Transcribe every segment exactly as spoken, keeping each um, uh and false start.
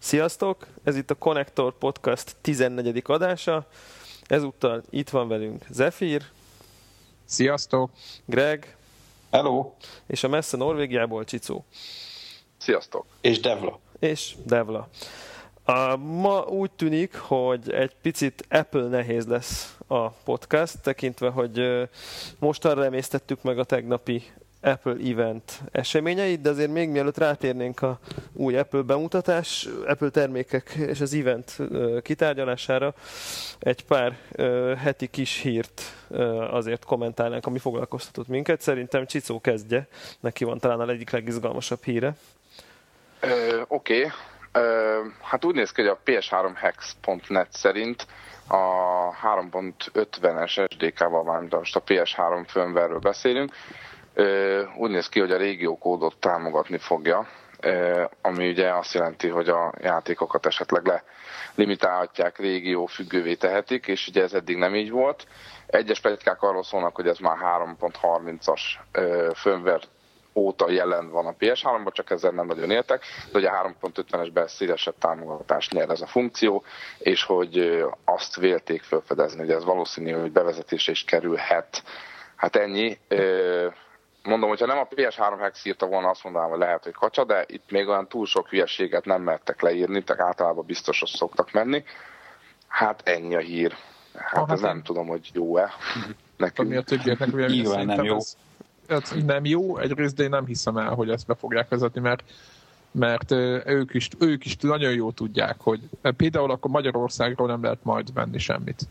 Sziasztok! Ez itt a Konnektor Podcast tizennegyedik adása. Ezúttal itt van velünk Zephyr. Sziasztok! Greg. Hello! És a messze Norvégiából Csicó. Sziasztok! És Devla. És Devla. A, ma úgy tűnik, hogy egy picit Apple nehéz lesz a podcast, tekintve, hogy mostanra emésztettük meg a tegnapi Apple event eseményeit, de azért még mielőtt rátérnénk a új Apple bemutatás, Apple termékek és az event kitárgyalására, egy pár heti kis hírt azért kommentálnánk, ami foglalkoztatott minket. Szerintem Csicó kezdje, neki van talán a egyik legizgalmasabb híre. Oké, okay. Hát úgy néz ki, hogy a pé es három hacks pont net szerint a három pont ötvenes es dé ká-val, valamint most a pé es három firmware-ről beszélünk, úgy néz ki, hogy a régiókódot támogatni fogja, ami ugye azt jelenti, hogy a játékokat esetleg le limitálhatják, régió függővé tehetik, és ugye ez eddig nem így volt. Egyes pletykák arról szólnak, hogy ez már három pont harmincas firmware óta jelen van a pé es háromban, csak ezzel nem nagyon éltek, de ugye a három pont ötvenesben szélesebb támogatást nyer ez a funkció, és hogy azt vélték felfedezni, hogy ez valószínű, hogy bevezetésre is kerülhet. Hát ennyi. Mondom, hogyha nem a pé es három hacks írta volna, azt mondanám, hogy lehet, hogy kacsa, de itt még olyan túl sok hülyeséget nem mertek leírni, tehát általában biztosan szoktak menni. Hát ennyi a hír. Hát Aha, ez nem én... tudom, hogy jó-e nekünk. Ami a többieknek ugye nyilván nem jó. Ez, ez nem jó, egyrészt, de én nem hiszem el, hogy ezt be fogják vezetni, mert, mert ők, is, ők is nagyon jól tudják, hogy például akkor Magyarországról nem lehet majd venni semmit.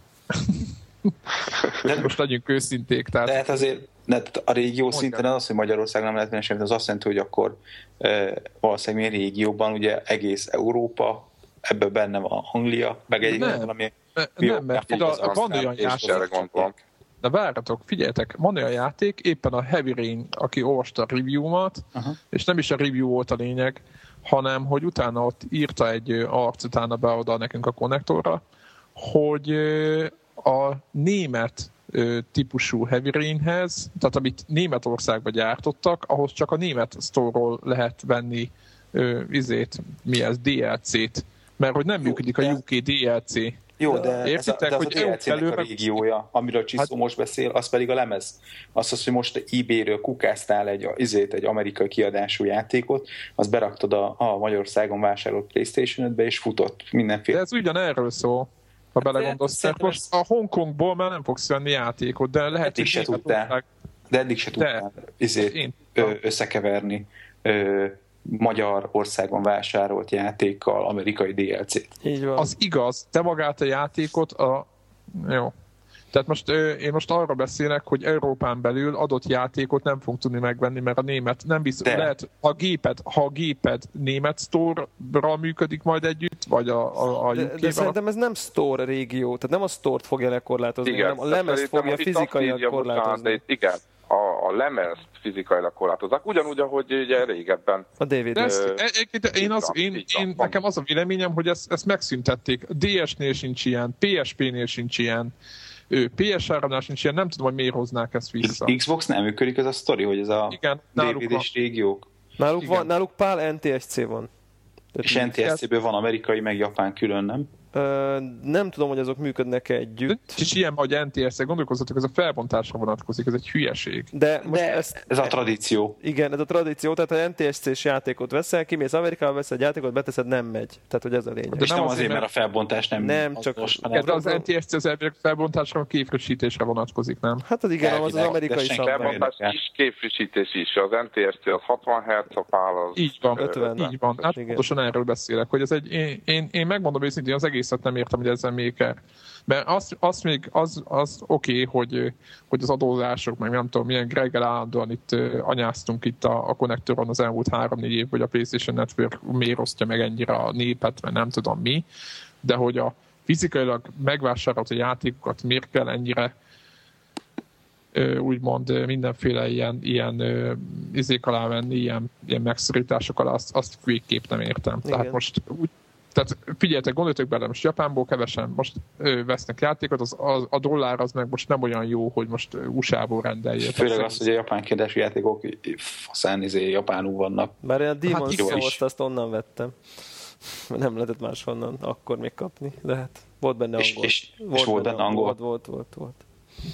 De most legyünk őszinték. Tehát... De hát azért a régió Mondján. Szinten az, hogy Magyarországon nem lehet venni semmit, az azt jelenti, hogy akkor e, valószínűleg milyen régióban ugye egész Európa, ebben benne van Anglia, meg egy nem, valami... Nem, nem mert a, a, van olyan játék... De várjatok, figyeljetek, van olyan játék, éppen a Heavy Rain, aki olvasta a review-mat, uh-huh. és nem is a review volt a lényeg, hanem, hogy utána ott írta egy arc, utána be oda nekünk a konnektorra, hogy a német típusú Heavy Rainhez, tehát amit Németországban gyártottak, ahhoz csak a német store-ról lehet venni ö, izét, mi ez, dé el cét, mert hogy nem jó, működik de... a u ká dé el cé. Jó, de Értitek, ez a, de az hogy a dé el cé-nek a régiója, amiről Csiszó hát... most beszél, az pedig a lemez. Azt az, hogy most eBay-ről kukáztál egy, izét, egy amerikai kiadású játékot, az beraktad a, a Magyarországon vásárolt PlayStation ötbe, és futott mindenféle. De ez ugyanerről szól. Ha belegondolsz, tehát most a Hongkongból már nem fogsz venni játékot, de lehet, eddig se tudtál, de eddig se tudtál izét, ö, összekeverni ö, Magyarországon vásárolt játékkal amerikai dé el cét. Így van. Az igaz, te magát a játékot a... Jó. Tehát most én most arra beszélek, hogy Európán belül adott játékot nem fogunk tudni megvenni, mert a német nem biztos. Lehet, ha a géped, ha a géped német store-ra működik majd együtt, vagy a, a, a de, de szerintem ez nem store régió, tehát nem a store-t fogja lekorlátozni, igen, hanem a lemez fogja fizikailag korlátozni. De igen, a, a lemezt fizikailag korlátozzák, ugyanúgy, ahogy ugye régebben. A dé vé dé. Ezt, e, én az, én, én, nekem az a véleményem, hogy ezt, ezt megszüntették. dé es-nél sincs ilyen, pé es pé-nél sincs ilyen, pé es háromnál sincs ilyen, nem tudom, hogy miért hoznák ezt vissza. Xbox nem működik ez a sztori, hogy ez a dé vé dés régiók? Náluk, van, náluk pál en té es cé van. És en té es cé-ből van amerikai, meg japán külön, nem? Ö, nem tudom, hogy azok működnek-e együtt. És ilyen, hogy en té es cé, gondolkozzatok, ez a felbontásra vonatkozik, ez egy hülyeség. De, most De ezt, ez a tradíció. Igen, ez a tradíció, tehát ha en té es cés játékot veszel, kimész Amerikába, veszel egy játékot, beteszed, nem megy. Tehát, hogy ez a lényeg. De és nem azért, azért, mert a felbontás nem... Nem, csak... Az, hanem de az en té es cé az elvileg felbontásra, a képfrissítésre vonatkozik, nem? Hát az igen, az az amerikai szabvány. Felbontás is, képfrissítés is. Az en té es cé az hatvan hertz, a pál az... Így van, ötven. Így van. Hát pontosan erről beszélek, hogy ez egy... Én, én, én megmondom őszintén, az egészet nem értem, hogy ezzel még kell. Mert az, az még az, az oké, okay, hogy, hogy az adózások, meg nem tudom, milyen Greggel állandóan itt uh, anyáztunk itt a, a konnektoron az elmúlt három-négy év, hogy a PlayStation Network miért osztja meg ennyire a népet, mert nem tudom mi, de hogy a fizikailag megvásárolt a játékokat miért kell ennyire uh, úgymond mindenféle ilyen, ilyen uh, izék alá venni, ilyen, ilyen megszorítások alá, azt, azt végképp nem értem. Igen. Tehát most úgy Tehát figyeljetek, gondoljatok bele, most Japánból kevesen most ö, vesznek játékot, az, az, a dollár az meg most nem olyan jó, hogy most u es á-ból rendeljék. Főleg az, hogy a japán kérdésű játékok faszán izé japánul vannak. Bár én a Demon's hát, Souls-t azt onnan vettem. Nem lehetett máshonnan akkor még kapni, de hát volt benne angol. És, és, volt, és volt benne angol. Volt, volt, volt, volt.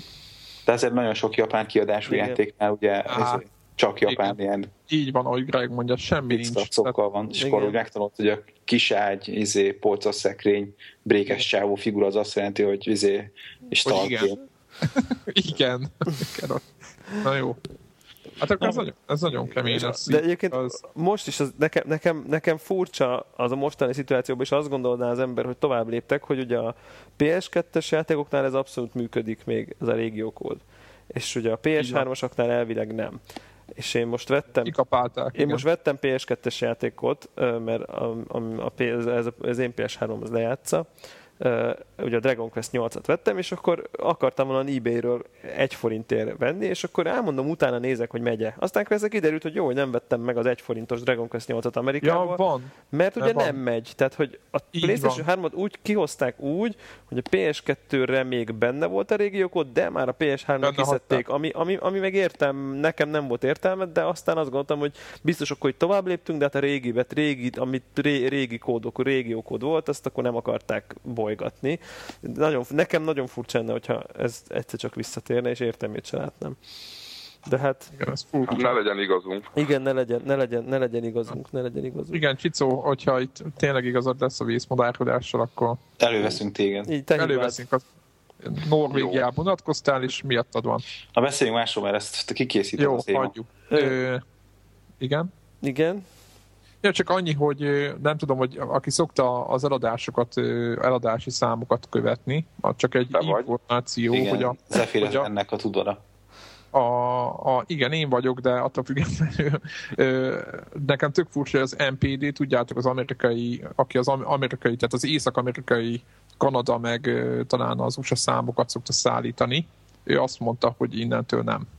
De ezért nagyon sok japán kiadású igen. játéknál ugye ez csak japán igen. ilyen. Így van, ahogy Greg mondja, semmi nincs. Szokkal van, és akkor úgy megtanult, hogy a kiságy, izé, polcos szekrény, brékes csávó figura az azt jelenti, hogy izé, és talán. Igen. Igen. Na jó. Hát akkor ez nagyon, ez nagyon kemény. Ez de egyébként az... most is az, nekem, nekem, nekem furcsa az a mostani szituációban, és azt gondolná az ember, hogy tovább léptek, hogy ugye a pé es kettes játékoknál ez abszolút működik még, ez a régiókód. És ugye a pé es hármasaknál elvileg nem. És én most vettem Kikapálták, én igen. most vettem pé es kettes játékot, mert a, a, a, ez, az én pé es három az lejátsza. Uh, ugye a Dragon Quest nyolcat vettem, és akkor akartam volna eBay-ről egy forintért venni, és akkor elmondom, utána nézek, hogy megye. Aztán közben kiderült, hogy jó, hogy nem vettem meg az egy forintos Dragon Quest nyolcat Amerikában, ja, van. mert ugye van. nem megy. Tehát, hogy a így PlayStation hármat úgy kihozták úgy, hogy a pé es kettőre még benne volt a régiókód, de már a pé es háromra kiszedték, ami, ami, ami meg értem, nekem nem volt értelme, de aztán azt gondoltam, hogy biztos akkor, hogy tovább léptünk, de hát a régi, régi amit ré, régi kódok, régiókód volt, azt akkor nem akarták bolygatni. Nagyon, nekem nagyon furcsa lenne, hogyha ez egyszer csak visszatérne, és értelmét se látnám. De hát... Igen, ez ne legyen igazunk. Igen, ne legyen, ne legyen, ne legyen igazunk, ne legyen igazunk. Igen, Csicó, hogyha itt tényleg igazad lesz a vízmodárkodással, akkor... Előveszünk téged. Így, előveszünk. A Norvégiában unatkoztál, és miattad van. Na beszéljünk másról, mert ezt kikészítem. Jó, hagyjuk. Ö, igen? Igen. Ja, csak annyi, hogy nem tudom, hogy aki szokta az eladásokat, eladási számokat követni, csak egy Te információ, igen, hogy a... Zephyr ennek a tudara. A, a, igen, én vagyok, de attól függetlenül nekem tök furcsa, hogy az em pé dé, tudjátok, az amerikai, aki az amerikai, tehát az észak-amerikai, Kanada, meg talán az u es á számokat szokta szállítani, ő azt mondta, hogy innentől nem.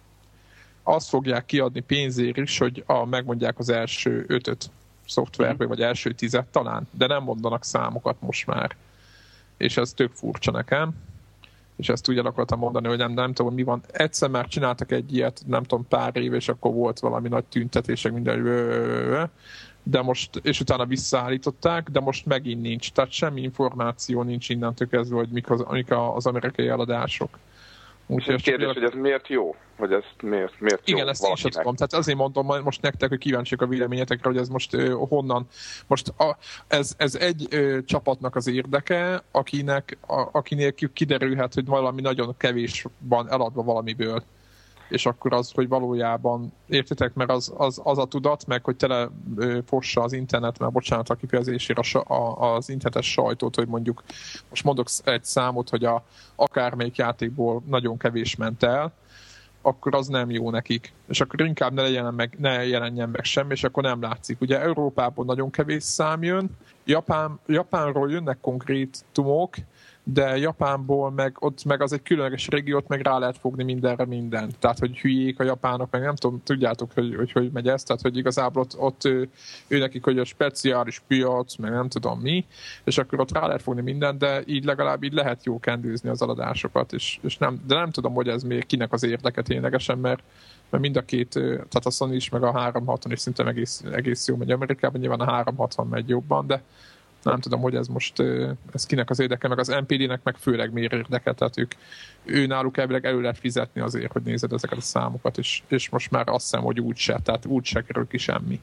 Azt fogják kiadni pénzért is, hogy a, megmondják az első ötöt szoftverből, vagy első tizet talán, de nem mondanak számokat most már. És ez tök furcsa nekem. És ezt úgy el akartam mondani, hogy nem, nem tudom, mi van. Egyszer már csináltak egy ilyet, nem tudom, pár év, és akkor volt valami nagy tüntetések, minden, de most, és utána visszaállították, de most megint nincs. Tehát semmi információ nincs innentől kezdve, hogy mik az, mik az amerikai eladások. Úgyhogy kérdés, hogy ez miért jó? Vagy ez miért, miért igen, jó ezt én sem tudom. Tehát azért mondom most nektek, hogy kíváncsiak a véleményetekre, hogy ez most uh, honnan. Most a, ez, ez egy uh, csapatnak az érdeke, akinek, a, akinél kiderülhet, hogy valami nagyon kevés van eladva valamiből. És akkor az, hogy valójában, értitek, mert az, az, az a tudat, meg hogy tele ö, fossa az internet, mert bocsánat a kifejezésére a, a, az internetes sajtót, hogy mondjuk, most mondok egy számot, hogy a, akármelyik játékból nagyon kevés ment el, akkor az nem jó nekik. És akkor inkább ne, legyen meg, ne jelenjen meg semmi, és akkor nem látszik. Ugye Európából nagyon kevés szám jön, Japán, Japánról jönnek konkrétumok, de Japánból meg, ott meg az egy különleges régiót, meg rá lehet fogni mindenre mindent. Tehát, hogy hülyék a japánok, meg nem tudom, tudjátok, hogy hogy, hogy megy ez, tehát, hogy igazából ott, ott ő, ő nekik, hogy a speciális piac, meg nem tudom mi, és akkor ott rá lehet fogni mindent, de így legalább így lehet jó kendőzni az eladásokat, és, és nem, de nem tudom, hogy ez még kinek az érdeke ténylegesen, mert, mert mind a két, tehát a Sony is, meg a háromszázhatvan is szinte egész, egész jó megy Amerikában, nyilván a háromszázhatvan megy jobban, de nem tudom, hogy ez most, ez kinek az érdeke, meg az em pé dé-nek meg főleg miért érdeke, tehát ők, ő náluk elvileg elő lehet fizetni azért, hogy nézed ezeket a számokat, és, és most már azt hiszem, hogy úgyse, tehát úgyse kerül ki semmi.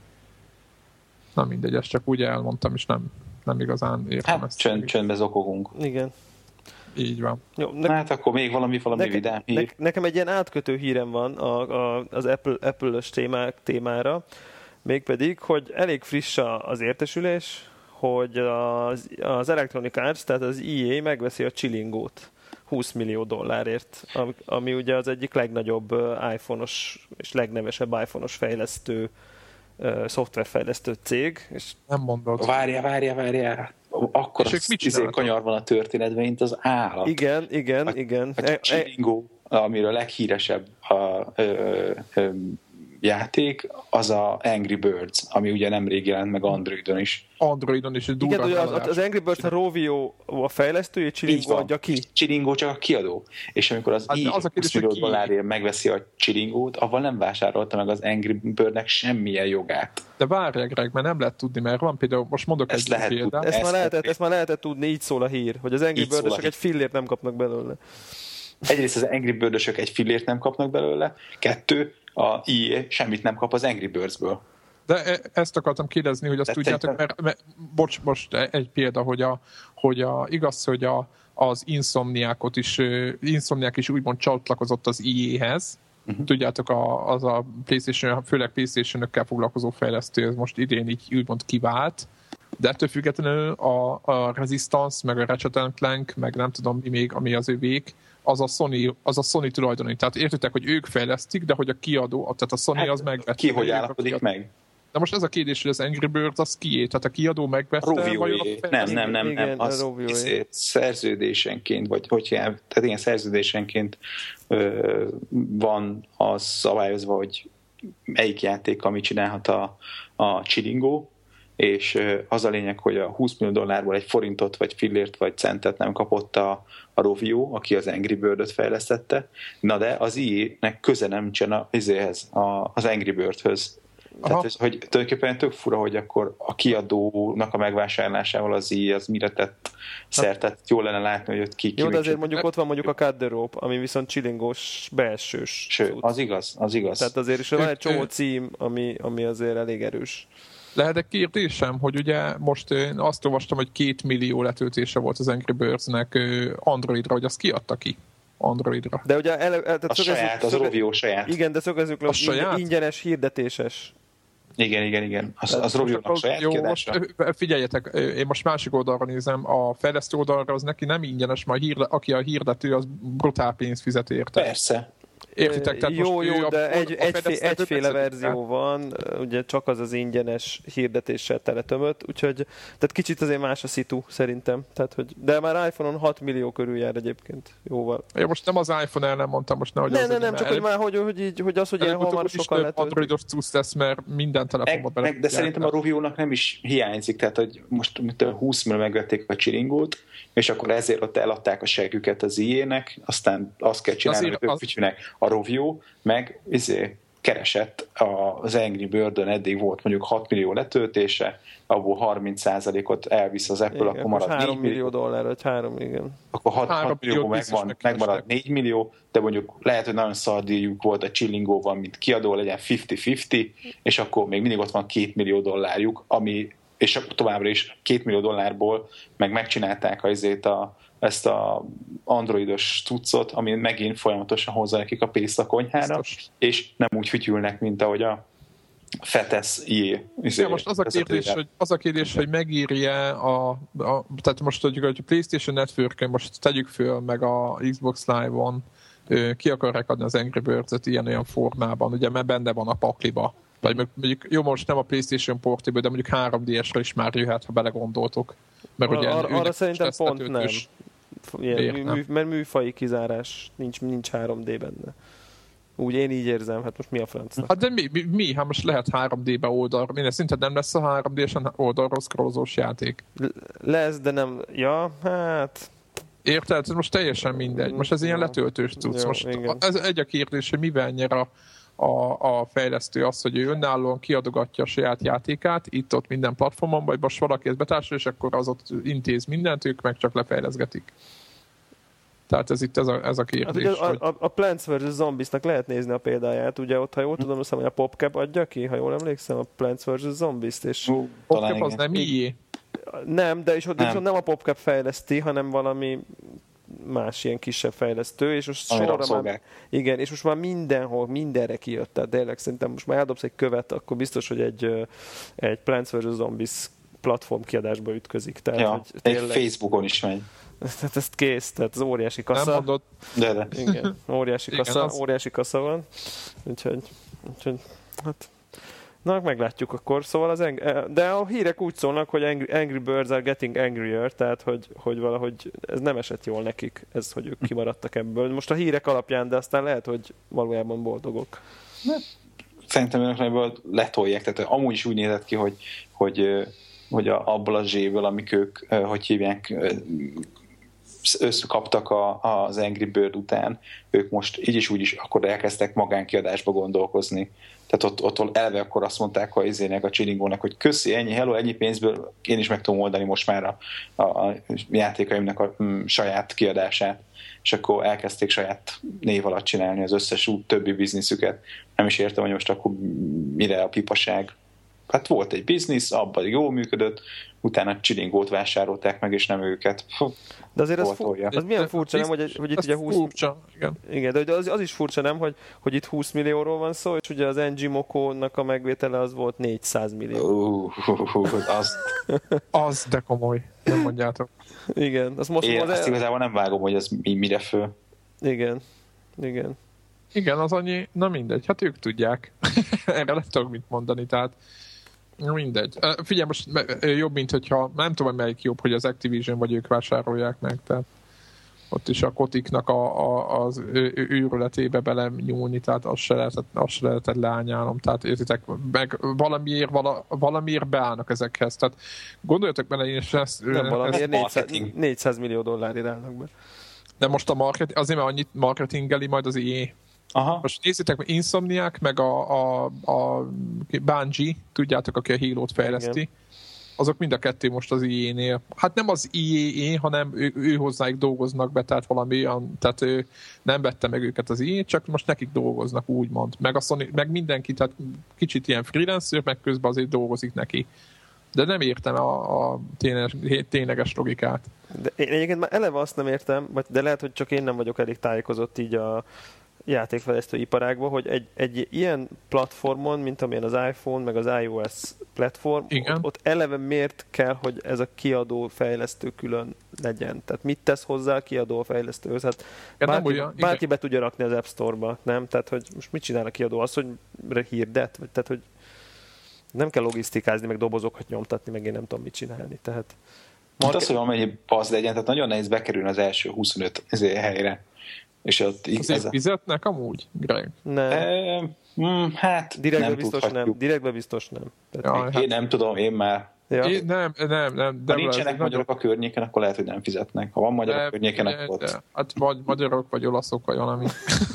Na mindegy, ezt csak úgy elmondtam, és nem, nem igazán értem hát, ezt. Csönd, csöndbe zokogunk. Igen. Így van. Jó, ne, hát akkor még valami, valami nekem, vidám hír. Ne, nekem egy ilyen átkötő hírem van a, a, az Apple, Apple-ös témák, témára, mégpedig, hogy elég friss az értesülés, hogy az, az Electronic Arts, tehát az í á megveszi a Chillingót húsz millió dollárért, ami, ami ugye az egyik legnagyobb iPhone-os és legnevesebb iPhone-os fejlesztő, uh, szoftverfejlesztő cég. És nem mondod. Várjál, várjál, várjál. Akkor az izé kanyar van a történetben, mint az állat. Igen, igen, a, igen. A Chillingó, amiről a leghíresebb a, ö, ö, játék, az a Angry Birds, ami ugye nemrég jelent meg Androidon is. Androidon is. Igen, ugye az, az Angry Birds a Rovio a fejlesztője, Chillingo adja ki. Chillingo csak a kiadó. És amikor az, hát így az a húsz millió dollárért megveszi a Chillingót, avval nem vásárolta meg az Angry Birdnek semmilyen jogát. De várj, Greg, mert nem lehet tudni, mert van például, most mondok ezt egy példát. Ezt, ezt, már lehetett, ezt már lehetett tudni, így szól a hír, hogy az Angry Bird-ösök egy fillért nem kapnak belőle. Egyrészt az Angry Bird-ösök egy fillért nem kapnak belőle, kettő, a i á semmit nem kap az Angry Birds-ből. De ezt akartam kérdezni, hogy azt de tudjátok, mert, mert bocs, most egy példa, hogy, a, hogy a, igaz, hogy a, az Insomniákot is, Insomniák is úgymond csatlakozott az i á-hez. Uh-huh. Tudjátok, a, az a PlayStation, főleg PlayStation-ökkel foglalkozó fejlesztő, ez most idén így úgymond kivált, de ettől függetlenül a, a Resistance, meg a Ratchet and Clank, meg nem tudom mi még, ami az övék, az a Sony, az a Sony tulajdonít. Tehát értitek, hogy ők fejlesztik, de hogy a kiadó, tehát a Sony hát, az megvette. Ki hogy állapodik meg? De most ez a kérdés, hogy az Angry Birds az kié? Tehát a kiadó megvette? Rovio-é. Nem, nem, nem, nem. Az szerződésenként, vagy hogy ilyen, tehát ilyen szerződésenként ö, van az szabályozva, hogy melyik játék, amit csinálhat a, a Chillingo, és az a lényeg, hogy a húsz millió dollárból egy forintot, vagy fillért, vagy centet nem kapott a, a Rovio, aki az Angry Bird-öt fejlesztette. Na de az i á-nek köze nem csinál izéhez, az Angry Bird-höz. Tehát, hogy tulajdonképpen tök fura, hogy akkor a kiadónak a megvásárlásával az i á az mire tett szert, tehát jól lenne látni, hogy ott ki. Jó, de azért mondjuk ott van mondjuk a Cut the Rope, ami viszont Chillingos belsős. Sőt, az igaz, az igaz. Tehát azért is van egy csomó cím, ami, ami azért elég erős. Lehet egy kérdésem, hogy ugye most én azt olvastam, hogy két millió letöltése volt az Angry Birds-nek Androidra, hogy azt kiadta ki Androidra. De ugye ele, tehát a saját, az Rovio saját. Igen, de szögezzük le, ingyen, ingyenes hirdetéses. Igen, igen, igen. Az, az Rovio-nak saját jó, kiadása. Most figyeljetek, én most másik oldalra nézem, a fejlesztő oldalra az neki nem ingyenes, majd hirde, aki a hirdető, az brutál pénzt fizet érte. Persze. Értitek? Tehát jó, most jó, de a, egy, a egyfé, egyféle verzió van, ugye csak az az ingyenes hirdetéssel teletömött, úgyhogy tehát kicsit azért más a szitu szerintem. Tehát, hogy, de már iPhone-on hat millió körül jár egyébként jóval. Én most nem az iPhone ellen mondtam, most nehogy ne, az ne, nem, csak hogy már hogy, hogy, így, hogy az, hogy ilyen hamar sokan letöltik. Androidos cucc lesz, mert minden telefonban bele. De szerintem a Rovio-nak nem is hiányzik, tehát hogy most húsz millió megvették a Chillingót, és akkor ezért ott eladták a següket az i á-nek, aztán azt kell csinálni, hogy ők fütyülnek. A Rovio meg izé, keresett az Angry Bird-ön, eddig volt mondjuk hat millió letöltése, abból harminc százalékot elvisz az Apple, igen, akkor marad három millió dollár, vagy három, igen. Akkor hat millió megvan, megmarad négy millió, de mondjuk lehet, hogy nagyon szardíjuk volt a Chillingóval, mint kiadó, legyen fifty-fifty, és akkor még mindig ott van két millió dollárjuk, ami, és továbbra is két millió dollárból meg megcsinálták azért a ezt a androidos cuccot, ami megint folyamatosan hozza nekik a pénzt a konyhára, és nem úgy fütyülnek, mint ahogy a Fetesz i á. Ja, most az a kérdés, hogy, az a kérdés, hogy megírja a, a tehát most tudjuk, hogy a PlayStation Network-en most tegyük föl, meg a Xbox Live-on ki akarják adni az Angry Birds-et ilyen-olyan formában, ugye, mert benne van a pakliba. Vagy mondjuk, jó, most nem a PlayStation Portable, de mondjuk három dé es-re is már jöhet, ha belegondoltok. Mert Ar- ugye ar- arra szerintem pont nem. Ilyen, mű, mű, mert műfai kizárás, nincs, nincs három dé benne. Úgy én így érzem, hát most mi a francnak? Hát de mi, mi, mi? Hát most lehet három dé-be oldalra, minden szinten nem lesz a három dé-sen oldalról scrollzós játék. Lesz, de nem, ja, hát... Érted? Ez most teljesen mindegy. Most ez ilyen letöltős cucc. Most ez egy a kérdés, hogy mivel nyer a A, a fejlesztő az, hogy ő önállóan kiadogatja a saját játékát, itt-ott minden platformon, vagy most valaki ezt betársal, és akkor az ott intéz mindent, ők meg csak lefejleszgetik. Tehát ez itt ez a, ez a kérdés. Hát ugye hogy... a, a, a Plants versus. Zombiesnak lehet nézni a példáját, ugye ott, ha jól tudom, azt hogy a PopCap adja ki, ha jól emlékszem, a Plants versus. Zombies-t, és... Uh, PopCap az nem i á. Nem, de és ott nem. nem a PopCap fejleszti, hanem valami más ilyen kisebb fejlesztő, és most sorra már, igen, és most már mindenhol, mindenre kijött, tehát tényleg szerintem most már eldobsz egy követ, akkor biztos, hogy egy, egy Plants versus. Zombies platform kiadásba ütközik. Tehát, ja, hogy tényleg, egy Facebookon is megy. Tehát ezt kész, tehát az óriási kasza. Nem mondod. De, de. Igen, óriási igen, kasza, az... óriási kasza van. Úgyhogy, úgyhogy hát na, meglátjuk akkor. Szóval az Angry, de a hírek úgy szólnak, hogy Angry, Angry Birds are getting angrier, tehát hogy, hogy valahogy ez nem esett jól nekik, ez, hogy ők kimaradtak ebből. Most a hírek alapján, de aztán lehet, hogy valójában boldogok. szerintem önök ebből letolják, tehát amúgy is úgy nézett ki, hogy, hogy, hogy a, abból a zséből, amik ők, hogy hívják, összekaptak a, az Angry Bird után, ők most így is úgy is akkor elkezdtek magánkiadásba gondolkozni. Tehát ott, ott elve akkor azt mondták hogy izének a Chillingónak, hogy köszi, ennyi, hello, ennyi pénzből én is meg tudom oldani most már a, a, a játékaimnak a m, saját kiadását. És akkor elkezdték saját név alatt csinálni az összes út többi bizniszüket. Nem is értem, hogy most akkor mire a pipaság. Hát volt egy biznisz, abban jól működött, utána Chillingót vásárolták meg, és nem őket. De azért az, fu- az milyen furcsa, nem, hogy, hogy itt ugye húsz... Furcsa, igen. Igen, de az, az is furcsa, nem, hogy, hogy itt húsz millióról van szó, és ugye az en gé Moko-nak a megvétele az volt négyszáz millió. Uh, uh, uh, az... az de komoly, nem mondjátok. Igen. Azt most Én az azt el... igazából nem vágom, hogy ez mi, mire föl. Igen. Igen. Igen, az annyi, na mindegy, hát ők tudják. Erre nem tudok mit mondani, tehát mindegy. Figyelj, most jobb, mint hogyha, nem tudom, melyik jobb, hogy az Activision vagy ők vásárolják meg, tehát ott is a Kotiknak a, a, az őrületébe bele nyúlni, tehát azt se lehetett, azt se lehetett leányálnom, tehát értitek, meg valamiért, vala, valamiért beállnak ezekhez, tehát gondoljatok bele, én is ezt... Nem valamiért ezt négyszáz, négyszáz millió dollárért állnak be. De most a marketing, azért mert annyit marketingeli majd az i á. Aha. Most nézzétek, meg Insomniac, meg a, a, a Bungie, tudjátok, aki a Halo-t fejleszti, igen. Azok mind a kettő most az i á-nél. Hát nem az i á, hanem ő, ő hozzájuk dolgoznak be, tehát valami olyan, tehát ő nem vette meg őket az i á, csak most nekik dolgoznak, úgymond. Meg, a Sony, meg mindenki, tehát kicsit ilyen freelancer, meg közben azért dolgozik neki. De nem értem a, a tényleges, tényleges logikát. De én egyébként már eleve azt nem értem, de lehet, hogy csak én nem vagyok elég tájékozott így a játékfejlesztő iparágban, hogy egy, egy ilyen platformon, mint amilyen az iPhone, meg az iOS platform, ott, ott eleve miért kell, hogy ez a kiadó fejlesztő külön legyen? Tehát mit tesz hozzá a kiadó fejlesztőhöz? Hát bárki, olyan, bárki be tudja rakni az App Store-ba, nem? Tehát, hogy most mit csinál a kiadó? Az, hogy hirdet? Vagy, tehát, hogy nem kell logisztikázni, meg dobozokat nyomtatni, meg én nem tudom mit csinálni. Tehát market... az, hogy amennyi az legyen, tehát nagyon nehéz bekerülni az első huszonöt helyre. És ott azért fizetnek amúgy, Greg? Nem. E, mm, hát direktbe nem biztos tudhatjuk. nem. Direktbe biztos nem. Tehát ja, én hát... nem tudom, én már ja. én, nem, nem, nem. De ha nincsenek magyarok nagyon... a környéken, akkor lehet, hogy nem fizetnek. Ha van magyarok a környéken, de, akkor de, hát vagy magyarok, vagy olaszok, vagy valami.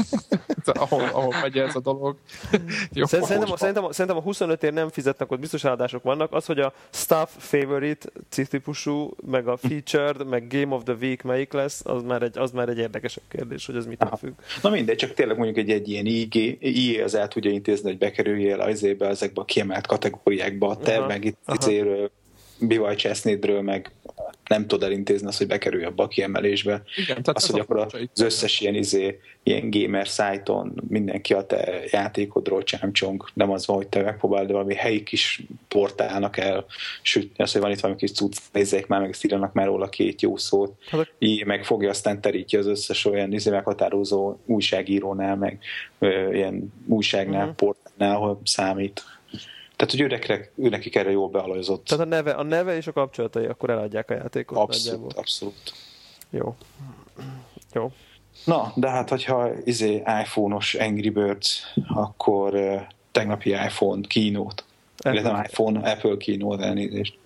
ahol, ahol megy ez a dolog. Jó, szerintem, szerintem, szerintem a huszonötért nem fizetnek, ott biztos áldások vannak. Az, hogy a staff favorite típusú, meg a featured, meg Game of the Week melyik lesz, az már egy, az már egy érdekesebb kérdés, hogy ez mitől függ. Na mindegy, csak tényleg mondjuk egy, egy ilyen i á az el tudja intézni, hogy bekerüljél azébe, ezekbe a kiemelt kategóriákba, te aha, meg itt izéről, bé vé Chestnutről, meg nem tud elintézni azt, hogy bekerülj abba a kiemelésbe. Igen, az, hogy akkor az összes ilyen, izé, ilyen gamer szájton mindenki a te játékodról csámcsong, nem az van, hogy te megpróbáld, de valami helyi kis portálnak el sütni, az, hogy van itt valami kis cucc, nézzék már, meg írjanak már róla két jó szót. Hát, így megfogja, aztán terítja az összes olyan izé, meghatározó újságírónál, meg ö, ilyen újságnál, uh-huh. portálnál, ahol számít. Tehát, hogy őnek, őnekik erre jól bealajozott. Tehát a neve, a neve és a kapcsolatai akkor eladják a játékot. Abszolút, nagyjából. abszolút. Jó. Jó. Na, de hát, hogyha izé iPhone-os Angry Birds, akkor uh, tegnapi iPhone keynote. Illetve nem iPhone, Apple keynote, elnézést.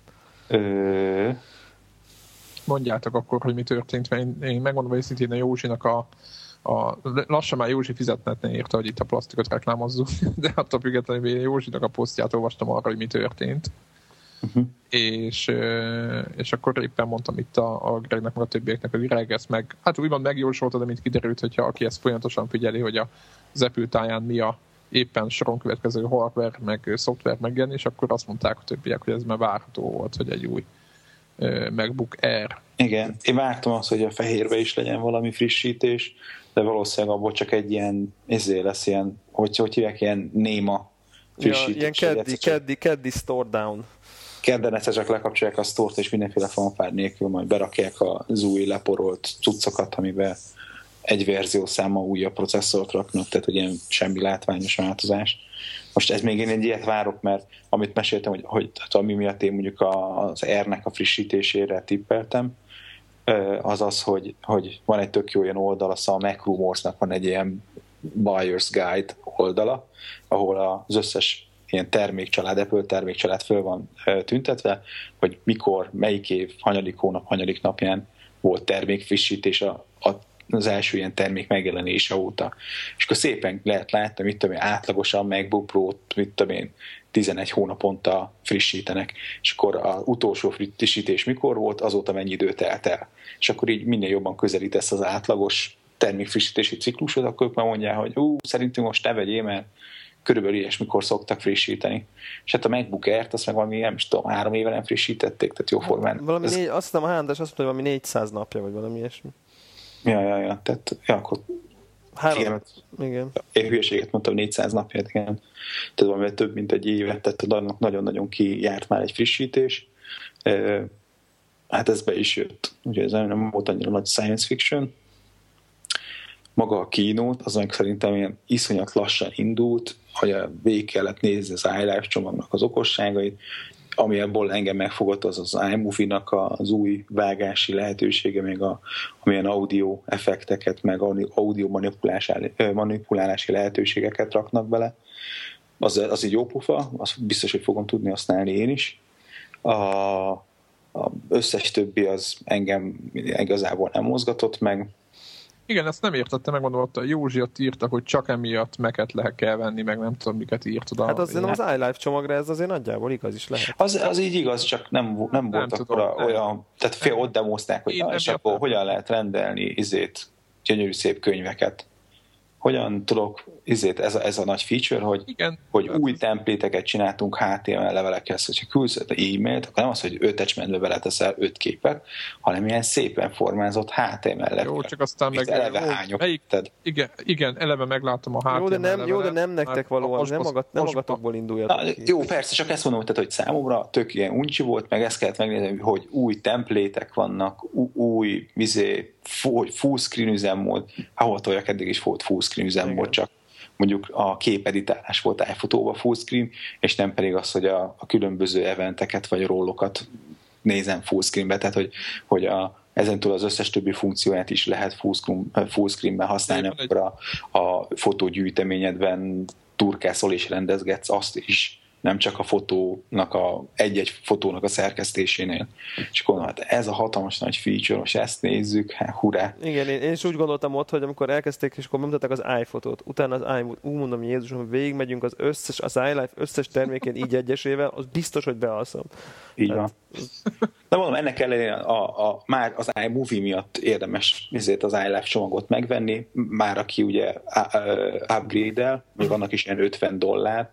Ö... Mondjátok akkor, hogy mi történt, mert én, én megmondom, hogy szintén a Józsinak a A, lassan már Józsi fizetnetne érte, hogy itt a plasztikot reklámozzuk, de attól függetlenül én Józsinak a posztját olvastam arra, hogy mi történt. Uh-huh. És, és akkor éppen mondtam itt a, a Gregnek, meg a többieknek, hogy Greg ezt meg, hát úgymond megjósolta, de mint kiderült, hogyha aki ezt folyamatosan figyeli, hogy az Apple táján mi a éppen soron következő hardware, meg szoftver megjelenés, akkor azt mondták a többiek, hogy ez már várható volt, hogy egy új MacBook Air. Igen, én vártam azt, hogy a fehérbe is legyen valami frissítés, de valószínűleg abból csak egy ilyen, ezért lesz ilyen, hogy, hogy hívják, ilyen néma frissítés. Ja, ilyen keddi, keddi, keddi store down. Kedden egyszer csak lekapcsolják a sztort, és mindenféle fanfár nélkül majd berakják az új leporolt cuccokat, amiben egy verziószámmal újabb processzort raknak, tehát hogy ilyen semmi látványos változás. Most ez még én egy ilyet várok, mert amit meséltem, hogy, hogy hát ami miatt én mondjuk az Air-nek a frissítésére tippeltem, az az, hogy, hogy van egy tök jó ilyen oldal, az a Mac Rumorsnak van egy ilyen buyer's guide oldala, ahol az összes ilyen termékcsalád, Apple termékcsalád föl van tüntetve, hogy mikor, melyik év, hanyadik hónap, hanyadik napján volt termékfrissítés a, a, az első ilyen termék megjelenése óta. És akkor szépen lehet látni, mit tudom én, átlagosan MacBook Pro-t, mit tudom én, tizenegy hónaponta frissítenek, és akkor az utolsó frissítés mikor volt, azóta mennyi idő telt el. És akkor így minél jobban közelítesz az átlagos termékfrissítési ciklusod, akkor ők már mondják, hogy ú, szerintünk most ne vegyél, mert körülbelül ilyesmikor szoktak frissíteni. És hát a MacBook Air-t azt meg valami, nem is tudom, három éve nem frissítették, tehát jó formán. Valami ez... négy, azt hiszem a Hándás azt mondta, hogy valami négyszáz napja, vagy valami ilyesmi. Ja, ja, ja, tehát ja, akkor Három, igen. igen. Én hülyeséget mondtam, négyszáz napja, igen. Tehát valami több, mint egy évet, tehát nagyon-nagyon kijárt már egy frissítés. Hát ez be is jött. Ugye ez nem volt annyira nagy science fiction. Maga a keynote, az meg szerintem ilyen iszonyat lassan indult, hogy végig kellett nézni az iLife csomagnak az okosságait, ami ebből engem megfogott, az az iMovie-nak az új vágási lehetősége, meg a, amilyen audio effekteket, meg audio manipulálási lehetőségeket raknak bele. Az, az egy jó pufa, azt biztos, hogy fogom tudni használni én is. A, a összes többi az engem igazából nem mozgatott meg. Igen, ezt nem értettem, megmondom, ott a Józsi ott írta, hogy csak emiatt meket lehet kell venni, meg nem tudom, miket írt oda. Hát az, nem az iLife csomagra ez azért nagyjából igaz is lehet. Az, az így igaz, csak nem, nem, nem volt tudom, akkor olyan, tehát fél ott demozták, hogy na, és akkor hogyan lehet rendelni izét, gyönyörű szép könyveket. Hogyan tudok, izét, ez a, ez a nagy feature, hogy, igen, hogy új templéteket csináltunk há té em el levelekhez, hogyha küldsz e-mailt, akkor nem az, hogy öt attachmentbe beleteszel öt képet, hanem ilyen szépen formázott há té em el levél. Jó, csak aztán meg... Eleve hányok. Igen, igen, eleve meglátom a há té em el jó, de nem, levelet. Jó, de nem nektek valóan, nem, magat, nem magatokból induljatok ki. Jó, persze, csak ezt mondom, tehát, hogy számomra tök ilyen uncsi volt, meg ezt kellett megnézni, hogy új templétek vannak, új, vizé, full screen üzemmód, ahol toljak eddig is volt full screen üzemmód, csak mondjuk a képeditálás volt iPhotóba full screen, és nem pedig az, hogy a, a különböző eventeket vagy rollokat nézem full screenbe, tehát hogy, hogy a, ezentúl az összes többi funkcióját is lehet full, screen, full screenben használni, akkor a, a fotógyűjteményedben turkászol és rendezgetsz azt is, nem csak a fotónak a, egy-egy fotónak a szerkesztésénél. És akkor hát ez a hatalmas nagy feature, most ezt nézzük, hát hurrá. Igen, én, én is úgy gondoltam ott, hogy amikor elkezdték, és akkor bemutatták az iPhotot, utána az iMovie, úgy mondom, Jézusom, hogy végigmegyünk az összes, az iLife összes termékén így egyesével, az biztos, hogy bealszom. Így van. De mondom, ennek ellenére a, a, már az iMovie miatt érdemes ezért az iLife csomagot megvenni, már aki ugye upgrade-el, még vannak is ilyen ötven dollár,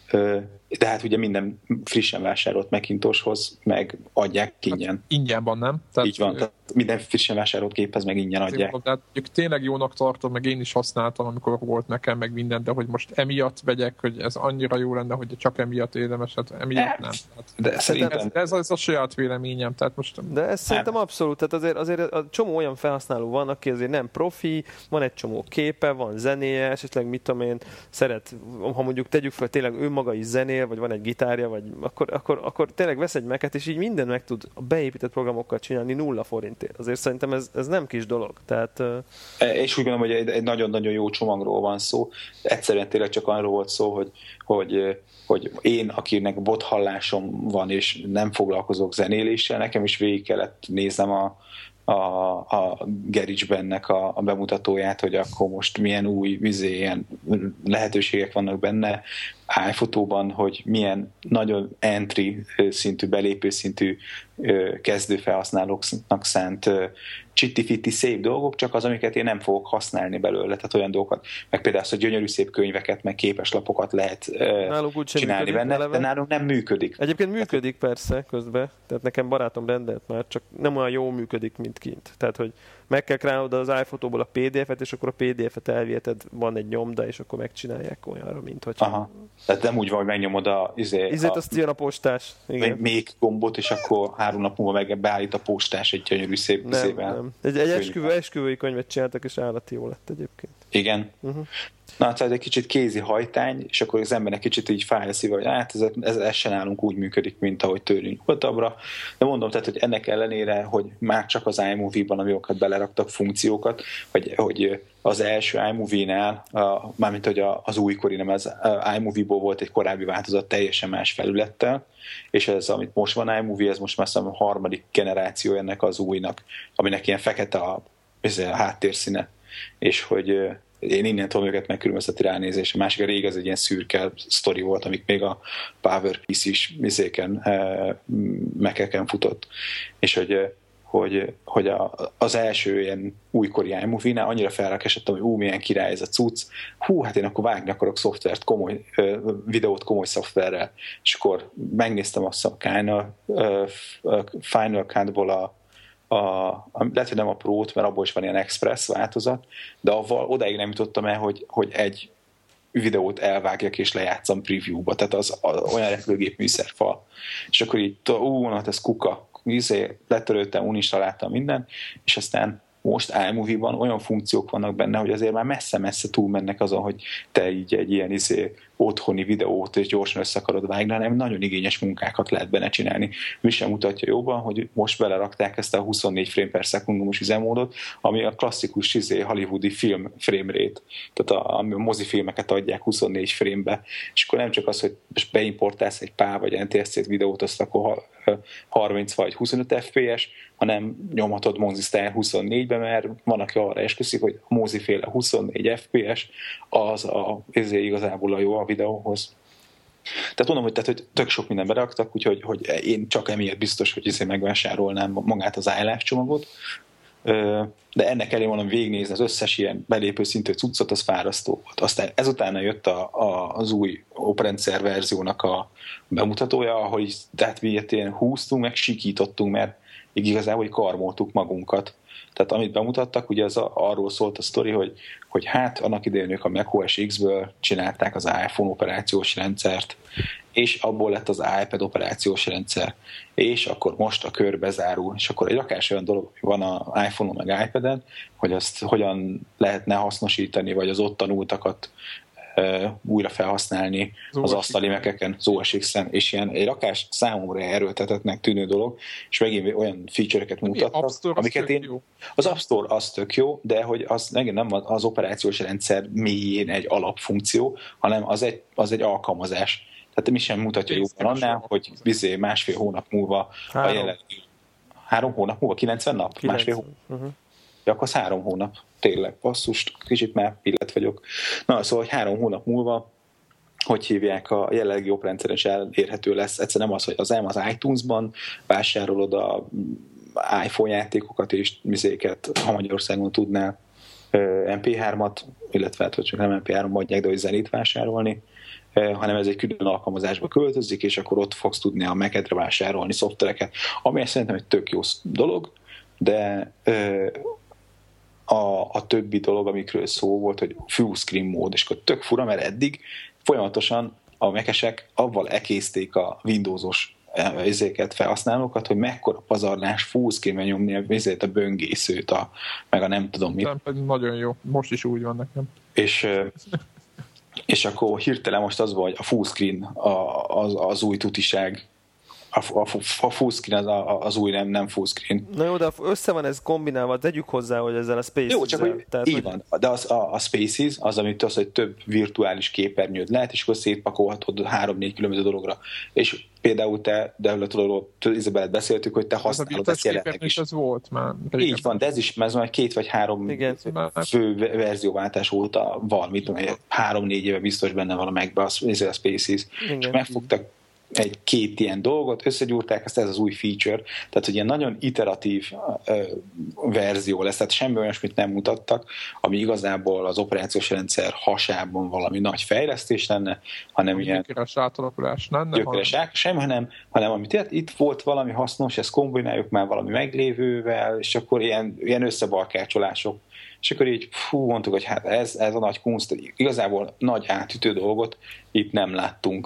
de hát ugye minden frissen vásárolt Macintoshoz meg adják ingyen. Hát ingyen van, nem? Tehát, így van, tehát minden frissen vásárolt géphez meg ingyen adják. Mondom, tehát tényleg jónak tartom, meg én is használtam, amikor volt nekem meg minden, de hogy most emiatt vegyek, hogy ez annyira jó lenne, hogy csak emiatt érdemes, hát emiatt nem. Tehát, de szerintem... ez, ez, ez a saját véleményem, tehát most... De ez szerintem abszolút, tehát azért, azért a csomó olyan felhasználó van, aki azért nem profi, van egy csomó képe, van zenéje, esetleg mit tudom én, szeret, ha mondjuk tegyük fel, tényleg ő maga is zenél, vagy van egy gitárja, vagy akkor, akkor, akkor tényleg vesz egy Mac-et, és így minden meg tud a beépített programokkal csinálni nulla forintért. Azért szerintem ez, ez nem kis dolog. Tehát, és úgy gondolom, hogy egy, egy nagyon-nagyon jó csomagról van szó. Egyszerűen tényleg csak arról volt szó, hogy, hogy, hogy én, akinek bothallásom van, és nem foglalkozok zenéléssel, nekem is végig kellett néznem a a, a GarageBandnek a, a bemutatóját, hogy akkor most milyen új vizé, ilyen lehetőségek vannak benne iPhotóban, hogy milyen nagyon entry szintű, belépő szintű kezdőfelhasználóknak szánt csitti-fitti szép dolgok, csak az, amiket én nem fogok használni belőle, tehát olyan dolgokat, meg például az, hogy gyönyörű szép könyveket, meg képeslapokat lehet csinálni benne, eleve. De nálunk nem működik. Egyébként működik persze közben, tehát nekem barátom rendelt már, csak nem olyan jó működik, mint kint. Tehát, hogy meg kell králnod az iPhotóból a pé dé ef-et, és akkor a pé dé ef-et elviheted, van egy nyomda, és akkor megcsinálják olyanra, mint hogy... Aha. Tehát nem úgy van, hogy megnyomod a... Izé, Izét azt jön a postás. Igen. Még gombot, és akkor három nap múlva meg beállít a postás egy gyönyörű szép nem, nem. Egy, egy esküvő, esküvői könyvet csináltak, és állati jó lett egyébként. Igen. Uh-huh. Na, tehát egy kicsit kézi hajtány, és akkor az embernek kicsit így fáj a szíve, hogy hát ez, ez, ez se nálunk úgy működik, mint ahogy tőlünk nyugatabbra. De mondom, tehát, hogy ennek ellenére, hogy már csak az iMovie-ban, amiókat beleraktak funkciókat, hogy, hogy az első iMovie-nál, a, mármint hogy az újkori, nem az iMovie-ból volt egy korábbi változat teljesen más felülettel, és ez, amit most van iMovie, ez most már a harmadik generáció ennek az újnak, aminek ilyen fekete a, a háttérszíne, és hogy én innen tudom őket megkülönböztetni ránézés. A másik a rég az egy ilyen szürke sztori volt, amik még a PowerPC is izéken, Mac-eken futott. És hogy, hogy, hogy a, az első ilyen újkori iMovie-nál annyira felrakesedtem, hogy ú, milyen király ez a cucc. Hú, hát én akkor vágni akarok szoftvert, komoly, videót komoly szoftverrel. És akkor megnéztem azt a Final, Final Cut-ból a A, a, lehet, hogy nem a Pro-t, mert abból is van ilyen Express változat, de avval odáig nem jutottam el, hogy, hogy egy videót elvágjak és lejátszam preview-ba, tehát az, az olyan repülőgép műszerfal. És akkor így, ú, hát ez kuka, izé, letöröltem, uninstaláltam minden, és aztán most iMovie-ban olyan funkciók vannak benne, hogy azért már messze-messze túlmennek azon, hogy te így egy ilyen izé, otthoni videót és gyorsan össze akarod vágni, hanem nagyon igényes munkákat lehet benne csinálni. Mi sem mutatja jobban, hogy most belerakták ezt a huszonnégy frame per szekundumos üzemmódot, ami a klasszikus izé, hollywoodi film frame rate, tehát a, a mozifilmeket adják huszonnégy frame-be, és akkor nem csak az, hogy most beimportálsz egy pá vagy en té es cé videót, azt akkor harminc vagy huszonöt ef pé es, hanem nyomhatod Mozi-style huszonnégybe, mert van, aki arra esküszik, hogy a moziféle huszonnégy ef pé es az a, ezért igazából a jó a videóhoz. Tehát mondom, hogy, tehát, hogy tök sok minden beraktak, úgyhogy hogy én csak emiatt biztos, hogy ezért megvásárolnám magát az iLife csomagot, de ennek elé mondom, végignézni az összes ilyen belépő szintű cuccot, az fárasztó volt. Aztán ezután jött a, a, az új oprendszer verziónak a bemutatója, ahol így, tehát mi ilyen húztunk, meg sikítottunk, mert így igazából karmoltuk magunkat. Tehát amit bemutattak, ugye az a, arról szólt a sztori, hogy, hogy hát annak idején ők a macOS X-ből csinálták az iPhone operációs rendszert, és abból lett az iPad operációs rendszer, és akkor most a kör bezárul, és akkor egy rakás olyan dolog van a iPhone-on meg iPad-en, hogy azt hogyan lehetne hasznosítani, vagy az ott tanultakat uh, újra felhasználni az, az asztali Mac-eken, az o es X-en, és ilyen egy rakás számomra erőltetetnek tűnő dolog, és megint olyan feature-eket mutattak, amiket én... Jó. Az App Store az tök jó, de hogy az megint nem az operációs rendszer mélyén egy alapfunkció, hanem az egy, az egy alkalmazás. Tehát mi sem mutatja jobban annál, hogy bizé másfél hónap múlva három. a jelenlegi... Három hónap múlva? kilencven nap? kilencven. Másfél hónap? Uh-huh. Ja, akkor az három hónap. Tényleg, basszus, kicsit már pillet vagyok. Na, szóval, hogy három hónap múlva, hogy hívják, a jelenlegi oprendszeren is elérhető lesz. Egyszer nem az, hogy az, az iTunes-ban vásárolod a iPhone játékokat és mizéket, ha Magyarországon tudnál em pé hármat, illetve hát, hogy csak nem em pé három adják, de hogy zenét vásárolni, hanem ez egy külön alkalmazásba költözik, és akkor ott fogsz tudni a Mac-edre vásárolni szoftvereket, ami szerintem egy tök jó dolog, de a, a többi dolog, amikről szó volt, hogy full screen mód, és akkor tök fura, mert eddig folyamatosan a Mac-esek avval ekészték a Windowsos ezeket felhasználókat, hogy mekkora pazarlás full screen-ben nyomni a, a böngészőt, a, meg a nem tudom mit. Nem, nagyon jó. Most is úgy van nekem. És és akkor hirtelen most az van, hogy a full screen az, az új tutiság, a, a, a full screen az, az új nem, nem full screen. Na jó, de össze van ez kombinálva, tegyük hozzá, hogy ezzel a Spaces-zel. Jó, csak hogy tehát, így hogy... van, de az, a, a Spaces az, amit az, hogy több virtuális képernyőd lehet, és akkor szétpakolhatod három-négy különböző dologra. És például te, de tudod, Izabellát beszéltük, hogy te használod ezt jelenleg is. Az volt már. Így van, de ez is, ez már két vagy három igen, fő verzióváltás óta van, mit tudom, három-négy éve biztos benne van a Mac-ben, a Spaces. Igen. És megfogtak egy két ilyen dolgot, összegyúrták, ezt ez az új feature, tehát hogy ilyen nagyon iteratív uh, verzió lesz, tehát semmi olyasmit nem mutattak, ami igazából az operációs rendszer hasában valami nagy fejlesztés lenne, hanem a ilyen gyökeres átalakulás, nem? Gyökeres át, sem, hanem, hanem amit tehát itt volt valami hasznos, ezt kombináljuk már valami meglévővel, és akkor ilyen, ilyen összebarkácsolások. És akkor így fú, mondtuk, hogy hát ez, ez a nagy kunst, igazából nagy átütő dolgot itt nem láttunk.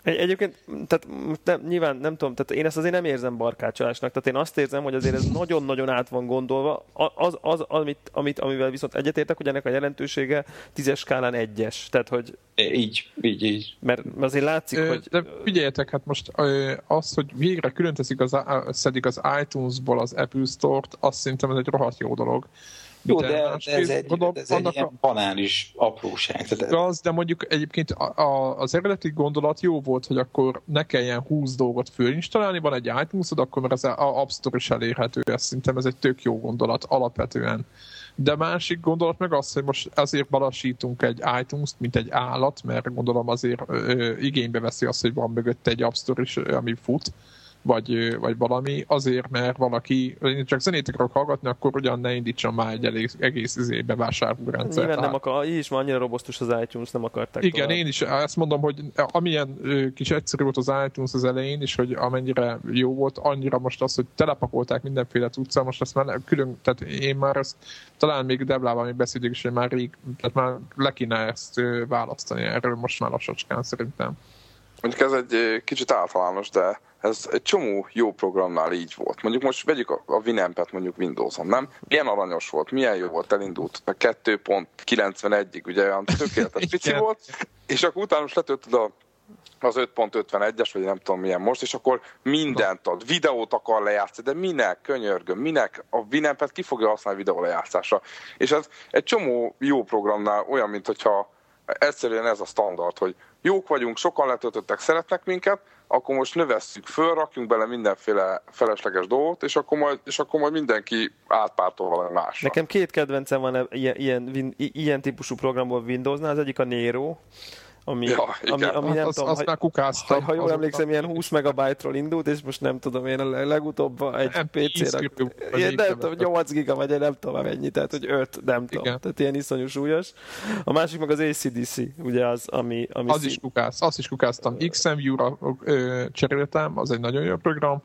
Egy, egyébként, tehát nem, nyilván nem tudom, tehát én ezt azért nem érzem barkácsolásnak, tehát én azt érzem, hogy azért ez nagyon-nagyon át van gondolva, az, az amit, amit, amivel viszont egyetértek, hogy ennek a jelentősége tízes skálán egyes, tehát hogy... Így, így, így. Mert azért látszik, Ö, hogy... De figyeljetek, hát most az, hogy végre külön teszik az, szedik az iTunes-ból az Apple Store-t, azt szerintem ez egy rohadt jó dolog. Jó, de, de ez egy, gondolom, ez egy ilyen a... banális apróság. Az, de mondjuk egyébként a, a, az eredeti gondolat jó volt, hogy akkor ne kelljen húsz dolgot fölinstalálni, van egy iTunes-od, akkor mert az a App Store is elérhető, ez szerintem ez egy tök jó gondolat alapvetően. De másik gondolat meg az, hogy most azért balasítunk egy iTunes-t, mint egy állat, mert gondolom azért ö, igénybe veszi azt, hogy van mögött egy App Store is, ami fut, vagy, vagy valami, azért, mert valaki csak zenét akarok hallgatni, akkor ugyan ne indítson már egy elég, egész izébe vásárlórendszert. Nyilván nem akar, így is már annyira robosztus az iTunes, nem akarták Igen, tovább. Én is ezt mondom, hogy amilyen kis egyszerű volt az iTunes az elején, és hogy amennyire jó volt, annyira most az, hogy telepakolták mindenféle cuccal, most ezt már külön, tehát én már ezt talán még Deblával még beszéljük is, hogy már rég, tehát már le kéne ezt választani, erről most már lassacskán szerintem. Mondjuk ez egy kicsit általános, de ez egy csomó jó programnál így volt. Mondjuk most vegyük a Winampet mondjuk Windowson, nem? Milyen aranyos volt, milyen jó volt, elindult. Meg kettő pont kilencvenegyig, ugye olyan tökéletes pici volt, és akkor utána most letöltöd a az öt pont ötvenegyes, vagy nem tudom milyen most, és akkor mindent ad, videót akar lejátszani, de minek, könyörgöm, minek a Winampet ki fogja használni videó lejátszásra. És ez egy csomó jó programnál olyan, mint hogyha egyszerűen ez a standard, hogy jók vagyunk, sokan letöltöttek, szeretnek minket, akkor most növesszük föl, rakjunk bele mindenféle felesleges dolgot, és akkor majd, és akkor majd mindenki átpártol valami másra. Nekem két kedvencem van ilyen, ilyen, ilyen típusú programból Windowsnál, az egyik a Nero, ami, ja, ami, ami nem az, tudom, az ha, ha, ha jól emlékszem, ilyen húsz megabájtról indult, és most nem tudom, én a legutóbb egy pé cére, ilyen, nem tudom, nyolc giga, vagy nem tudom mennyi, tehát hogy öt, nem tudom, igen. Tehát ilyen iszonyú súlyos. A másik meg az á cé dé cé, ugye az, ami... ami az szín... is kukász, azt is kukáztam. iksz em view-ra cseréltem, az egy nagyon jó program,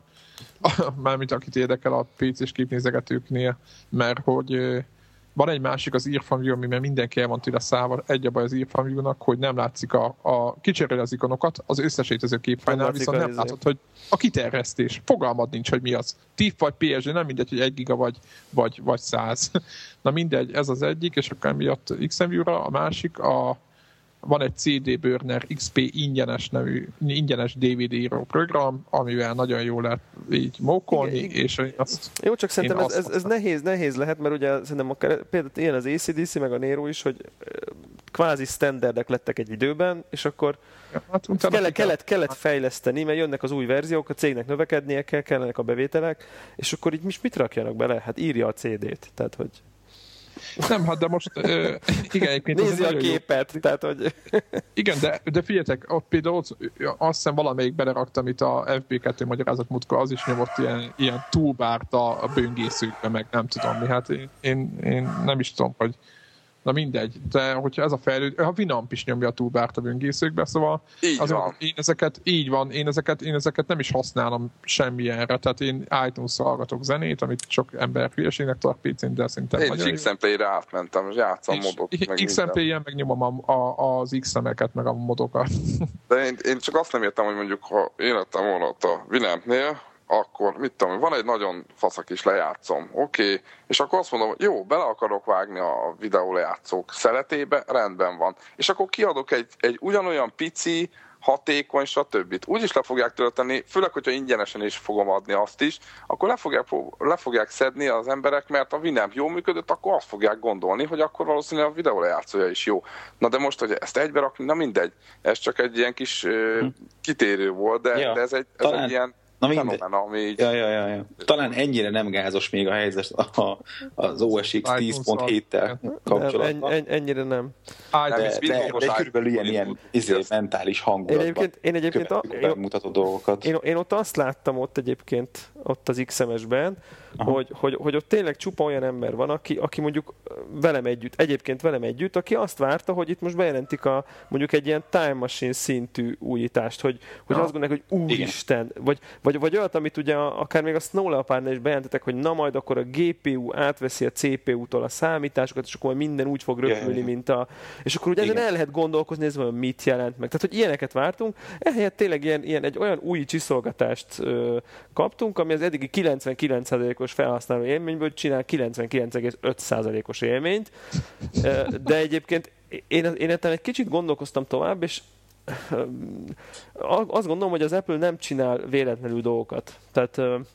mármint akit érdekel a pé cés képnézegetőknél, mert hogy van egy másik, az Earphone, amiben mindenki el van tőle szállva, egy a baj az Earphone-nak, hogy nem látszik a, a kicserél az ikonokat, az összesítező képfájnál, viszont nem látod, hogy a kiterjesztés, fogalmad nincs, hogy mi az. TIFF vagy pé es dé, nem mindegy, hogy egy giga vagy, vagy, vagy száz. Na mindegy, ez az egyik, és akkor miatt iksz em view-ra, a másik, a van egy cé dé Burner iksz pé ingyenes nevű, ingyenes dé vé dé író program, amivel nagyon jól lehet így mókolni, igen, és azt... Jó, csak szerintem ez, ez, ez nehéz, nehéz lehet, mert ugye szerintem akár, például ilyen az á cé dé cé, meg a Nero is, hogy kvázi standardek lettek egy időben, és akkor ja, hát kellett, kellett, kellett fejleszteni, mert jönnek az új verziók, a cégnek növekednie kell, kellenek a bevételek, és akkor így mit rakjanak bele? Hát írja a cé dét, tehát hogy... Nem, hát de most uh, igen, egyébként... Nézi a képet, jó. Tehát hogy... Igen, de, de figyeljetek, ott például ott, azt hiszem valamelyik beleraktam itt a ef bé kettő magyarázat múltkor, az is nyomott ilyen, ilyen túlbárt a, a böngészőkbe, meg nem tudom mi, hát én, én, én nem is tudom, hogy na mindegy, de hogyha ez a fejlődő, a Winamp is nyomja a túlbárt a böngészőkbe, szóval azon, én ezeket, így van, én ezeket, én ezeket nem is használom semmilyenre, tehát én iTunes-ra hallgatok zenét, amit sok ember hülyeségnek tart pé cén, de szerintem én is iksz em play-re átmentem, és játszom modot, meg iksz em play-en megnyomom a, a, az iksz em-eket, meg a modokat. De én, én csak azt nem értem, hogy mondjuk, ha én lettem volna ott a Winampnél, akkor mit tudom, van egy nagyon faszak is lejátszom, oké, okay. És akkor azt mondom, hogy jó, bele akarok vágni a videó lejátszók szeletébe, rendben van. És akkor kiadok egy, egy ugyanolyan pici, hatékony, stb. Úgyis le fogják tölteni, főleg, hogyha ingyenesen is fogom adni azt is, akkor le fogják, le fogják szedni az emberek, mert a Winamp jól működött, akkor azt fogják gondolni, hogy akkor valószínűleg a videó lejátszója is jó. Na de most, hogy ezt egybe rakni, na mindegy. Ez csak egy ilyen kis uh, kitérő volt, de, ja, de ez, egy, ez talán... egy ilyen Na mindegy. Így... Ja, ja, ja, ja. Talán ennyire nem gázos még a helyzet a, az o es iksz tíz pont héttel kapcsolatban. En, ennyire nem. De, de, de, de körülbelül ilyen, ilyen izé, mentális hangulatban én egyébként, én egyébként a, bemutató dolgokat. Én, én ott azt láttam ott egyébként, ott az iksz em esben, hogy, hogy, hogy ott tényleg csupa olyan ember van, aki, aki mondjuk velem együtt, egyébként velem együtt, aki azt várta, hogy itt most bejelentik a, mondjuk egy ilyen Time Machine szintű újítást, hogy, hogy ja. azt gondolják, hogy úristen, vagy, vagy, vagy olyat, amit ugye akár még a Snow Leopardnál is bejelentettek, hogy na majd akkor a gé pé u átveszi a cé pé u-tól a számításokat, és akkor minden úgy fog röpülni, yeah. mint a... És akkor ugye ezen el lehet gondolkozni, ez van, mit jelent meg. Tehát, hogy ilyeneket vártunk, ehelyett tényleg ilyen, ilyen egy olyan új csiszolgatást ö, kaptunk, ami az eddigi kilencvenkilenc százalékos felhasználó élményből csinál kilencvenkilenc egész öt százalékos élményt, de egyébként én, én ezen egy kicsit gondolkoztam tovább, és azt gondolom, hogy az Apple nem csinál véletlenül dolgokat. Tehát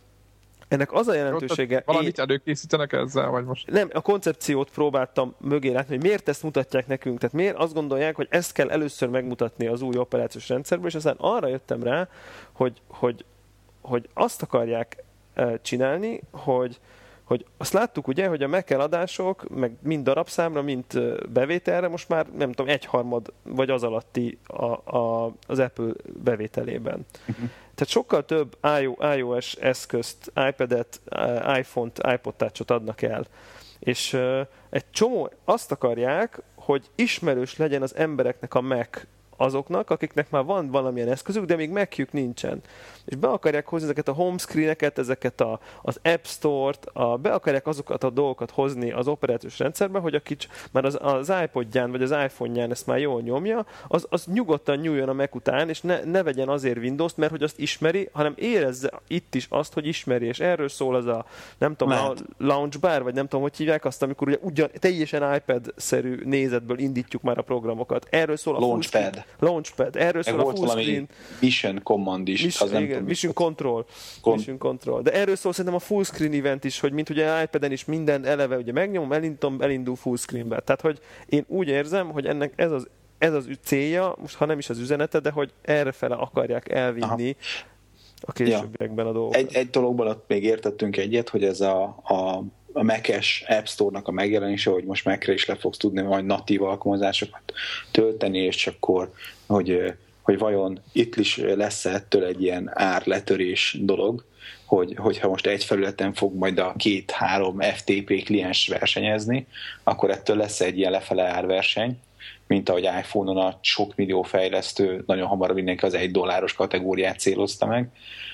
ennek az a jelentősége... Valamit előkészítenek ezzel, vagy most? Nem, a koncepciót próbáltam mögé látni, hogy miért ezt mutatják nekünk, tehát miért azt gondolják, hogy ezt kell először megmutatni az új operációs rendszerből, és aztán arra jöttem rá, hogy, hogy, hogy azt akarják csinálni, hogy hogy azt láttuk ugye, hogy a Mac eladások, meg mind darabszámra, mind bevételre most már nem tudom, egyharmad vagy az alatti a, a, az Apple bevételében. Uh-huh. Tehát sokkal több iOS eszközt, iPad-et, iPhone-t, iPod Touch-ot adnak el. És uh, egy csomó azt akarják, hogy ismerős legyen az embereknek a Mac azoknak, akiknek már van valamilyen eszközük, de még Mac-jük nincsen. És be akarják hozni ezeket a home screeneket, ezeket a, az App Store-t, a, be akarják azokat a dolgokat hozni az operációs rendszerbe, hogy aki már az, az iPodján vagy az iPhone-ján ezt már jól nyomja, az, az nyugodtan nyúljon a Mac után, és ne, ne vegyen azért Windows-t, mert hogy azt ismeri, hanem érezze itt is azt, hogy ismeri, és erről szól az a, nem tudom, Lehet. a Launchbar, vagy nem tudom, hogy hívják azt, amikor ugye ugyan, teljesen iPad-szerű nézetből indítjuk már a programokat. Erről szól a Launchpad. Launchpad. Erről szól a full screen. Mission Command is. Mission, az nem igen, tudom, Mission Control. Con- Mission Control. De erről szól szerintem a full screen event is, hogy mint ugye iPad-en is minden eleve ugye megnyomom, elindítom, elindul full screenbe. Tehát, hogy én úgy érzem, hogy ennek ez az, ez az célja, most ha nem is az üzenete, de hogy errefele akarják elvinni Aha. a későbbiekben a dolgokat. Egy, egy dologban ott még értettünk egyet, hogy ez a, a a Mac-es App Store-nak a megjelenése, hogy most Mac-re is le fogsz tudni majd natív alkalmazásokat tölteni, és akkor, hogy, hogy vajon itt is lesz ettől egy ilyen árletörés dolog, hogy, hogyha most egy felületen fog majd a két-három ef té pé kliens versenyezni, akkor ettől lesz egy ilyen lefele árverseny, mint ahogy iPhone-on a sok millió fejlesztő nagyon hamar mindenki az egy dolláros kategóriát célozta meg,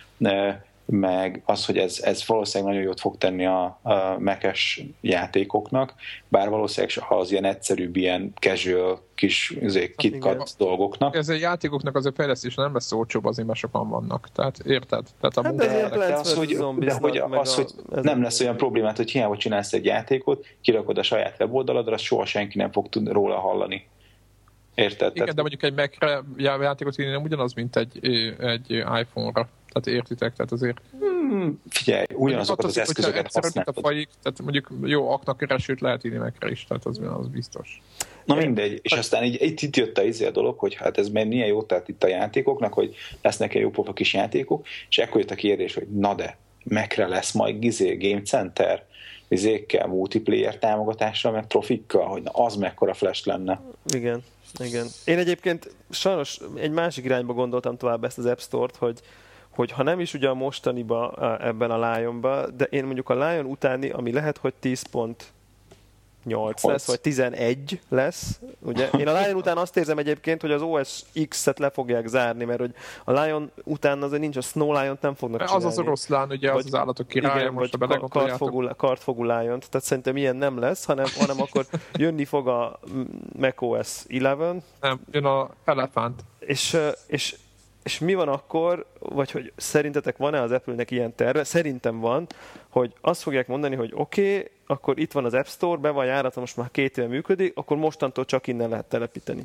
meg az, hogy ez, ez valószínűleg nagyon jót fog tenni a, a Mac-es játékoknak, bár valószínűleg az ilyen egyszerűbb, ilyen casual kis KitKat dolgoknak. Ez a játékoknak az a fejlesztése nem lesz olcsóbb azért, mert sokan vannak. Tehát érted? Tehát a hát de, de az, hogy, de hogy, az, hogy nem lesz olyan problémát, hogy hiába csinálsz egy játékot, kirakod a saját weboldaladra, azt soha senki nem fog tud róla hallani. Érted? Igen, tehát, de mondjuk egy Mac-re játékot írni nem ugyanaz, mint egy, egy iPhone-ra. Tehát értitek, tehát azért... Hmm, figyelj, ugyanazokat az eszközöket használod. A fajik, tehát mondjuk jó aknakeresőt lehet írni Mac-re is, tehát az, az biztos. Na mindegy, és aztán így, itt, itt jött a, izé a dolog, hogy hát ez milyen jó tett itt a játékoknak, hogy lesznek egy jó pofa kis játékok, és ekkor jött a kérdés, hogy na de, Mac-re lesz majd izé, Game Center, izékkel, multiplayer támogatásra, meg trofikkal, hogy na az mekkora flash lenne. Igen, igen. Én egyébként sajnos egy másik irányba gondoltam tovább ezt az App Store-t, hogy hogy ha nem is ugye a mostaniba ebben a Lionba, de én mondjuk a Lion utáni, ami lehet, hogy tíz pont nyolc lesz, vagy tizenegy lesz. Ugye? Én a Lion után azt érzem egyébként, hogy az o es X-et le fogják zárni, mert hogy a Lion után azért nincs, a Snow Lion-t nem fognak csinálni. Az az oroszlán, ugye, az az állatok királya, igen, most vagy kartfogú, kartfogú Lion-t, tehát szerintem ilyen nem lesz, hanem, hanem akkor jönni fog a macOS tizenegy. Nem, jön a Elephant. És, és És mi van akkor, vagy hogy szerintetek van-e az Apple-nek ilyen terve? Szerintem van, hogy azt fogják mondani, hogy oké, okay, akkor itt van az App Store, be van járata, most már két éve működik, akkor mostantól csak innen lehet telepíteni.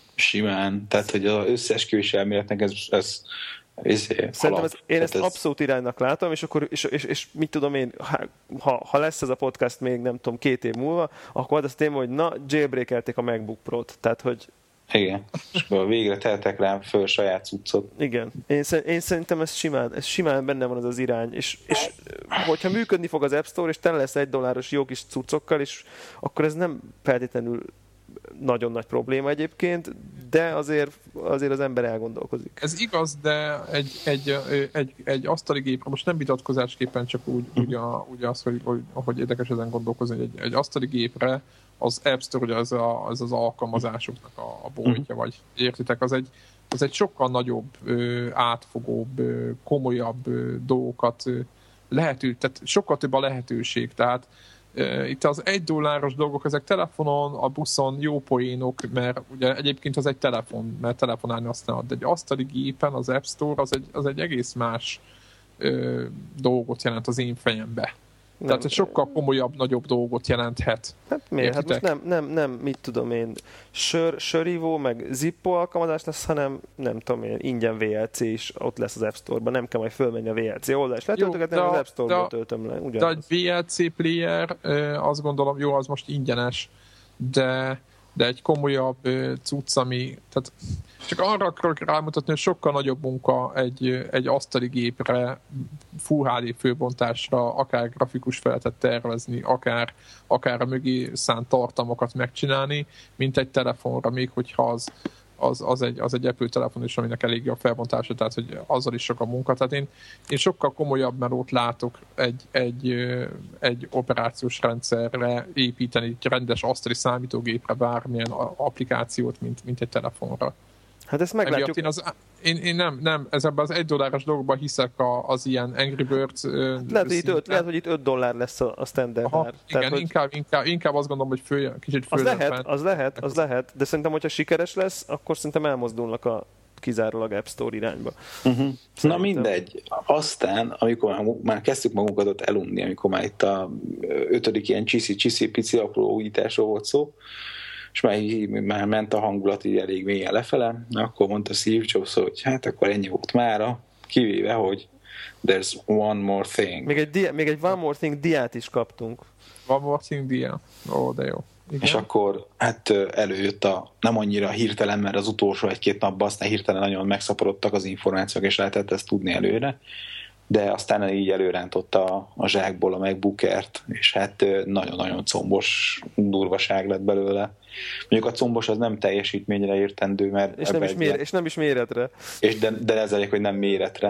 Simán. Tehát, hogy az összeesküvés elméletnek ez, ez, ez Szerintem ez, én ezt ez... abszolút iránynak látom, és akkor, és, és, és mit tudom én, ha, ha lesz ez a podcast még nem tudom két év múlva, akkor az téma, hogy na, jailbreakelték a MacBook Pro-t. Tehát, hogy igen, és akkor végre tehetek rám föl saját cuccot. Igen, én, én szerintem ez simán, ez simán benne van az az irány, és, és hogyha működni fog az App Store, és tele lesz egy dolláros jó kis cuccokkal, és akkor ez nem feltétlenül nagyon nagy probléma egyébként, de azért, azért az ember elgondolkozik. Ez igaz, de egy, egy, egy, egy asztali gépre, most nem vitatkozásképpen, csak úgy, úgy, a, úgy az, hogy, hogy, hogy érdekes ezen gondolkozni, hogy egy, egy asztali gépre az App Store, ugye az, a, az az alkalmazásoknak a, a boltja, vagy értitek, az egy, az egy sokkal nagyobb, átfogóbb, komolyabb dolgokat lehető, tehát sokkal több a lehetőség, tehát itt az egy dolláros dolgok, ezek telefonon, a buszon jó poénok, mert ugye egyébként az egy telefon, mert telefonálni használod, de egy asztali gépen az App Store az egy, az egy egész más ö, dolgot jelent az én fejembe. Nem. Tehát egy sokkal komolyabb, nagyobb dolgot jelenthet. Hát miért? Hát most nem, nem, nem, mit tudom én, sör, sörívó, meg Zippo alkalmazás lesz, hanem nem tudom én, ingyen vé el cé is ott lesz az App Store-ban, nem kell majd fölmenni a vé el cé oldal, és letöltögetni, az App Store-ból töltöm le. Ugyanaz. De egy vé el cé player, azt gondolom, jó, az most ingyenes, de, de egy komolyabb cucc, ami, tehát csak arra akarok rámutatni, hogy sokkal nagyobb munka egy, egy asztali gépre, Full há dé főbontásra, akár grafikus feletet tervezni, akár, akár a mögé szánt tartalmakat megcsinálni, mint egy telefonra, még hogyha az, az, az, egy, az egy Apple telefon is, aminek elég a felbontása, tehát hogy azzal is sok a munka. Tehát én, én sokkal komolyabb melót látok egy, egy, egy operációs rendszerre építeni, egy rendes asztali számítógépre bármilyen applikációt, mint, mint egy telefonra. Hát ezt meglátjuk. Én, az, én, én nem, nem, ezekben az egy dolláros dolgokban hiszek a, az ilyen Angry Birds lehet, hogy itt öt, lehet, hogy itt öt dollár lesz a, a standard ár. Igen, Tehát, hogy... inkább, inkább, inkább azt gondolom, hogy föl, kicsit föl az lehet, az lehet, az lehet, de szerintem, hogyha sikeres lesz, akkor szerintem elmozdulnak a kizárólag App Store irányba. Uh-huh. Na mindegy. Aztán, amikor már, már kezdtük magunkat ott elunni, amikor már itt a ötödik ilyen csiszi-csiszi-pici apró újításról volt szó, és már, már ment a hangulat így elég mélyen lefele, akkor mondta Steve Jobs, hogy hát akkor ennyi volt mára, kivéve, hogy there's one more thing. Még egy, dia, még egy one more thing diát is kaptunk. One more thing dia. Ó, de jó. Igen. És akkor hát előjött a, nem annyira hirtelen, mert az utolsó egy-két napban aztán hirtelen nagyon megszaporodtak az információk, és lehetett ezt tudni előre, de aztán így előrántotta a, a zsákból a MacBook Air-t, és hát nagyon-nagyon combos durvaság lett belőle. Mondjuk a combos az nem teljesítményre értendő, mert... És nem is, mér, és nem is méretre. És de, de ez elég, hogy nem méretre.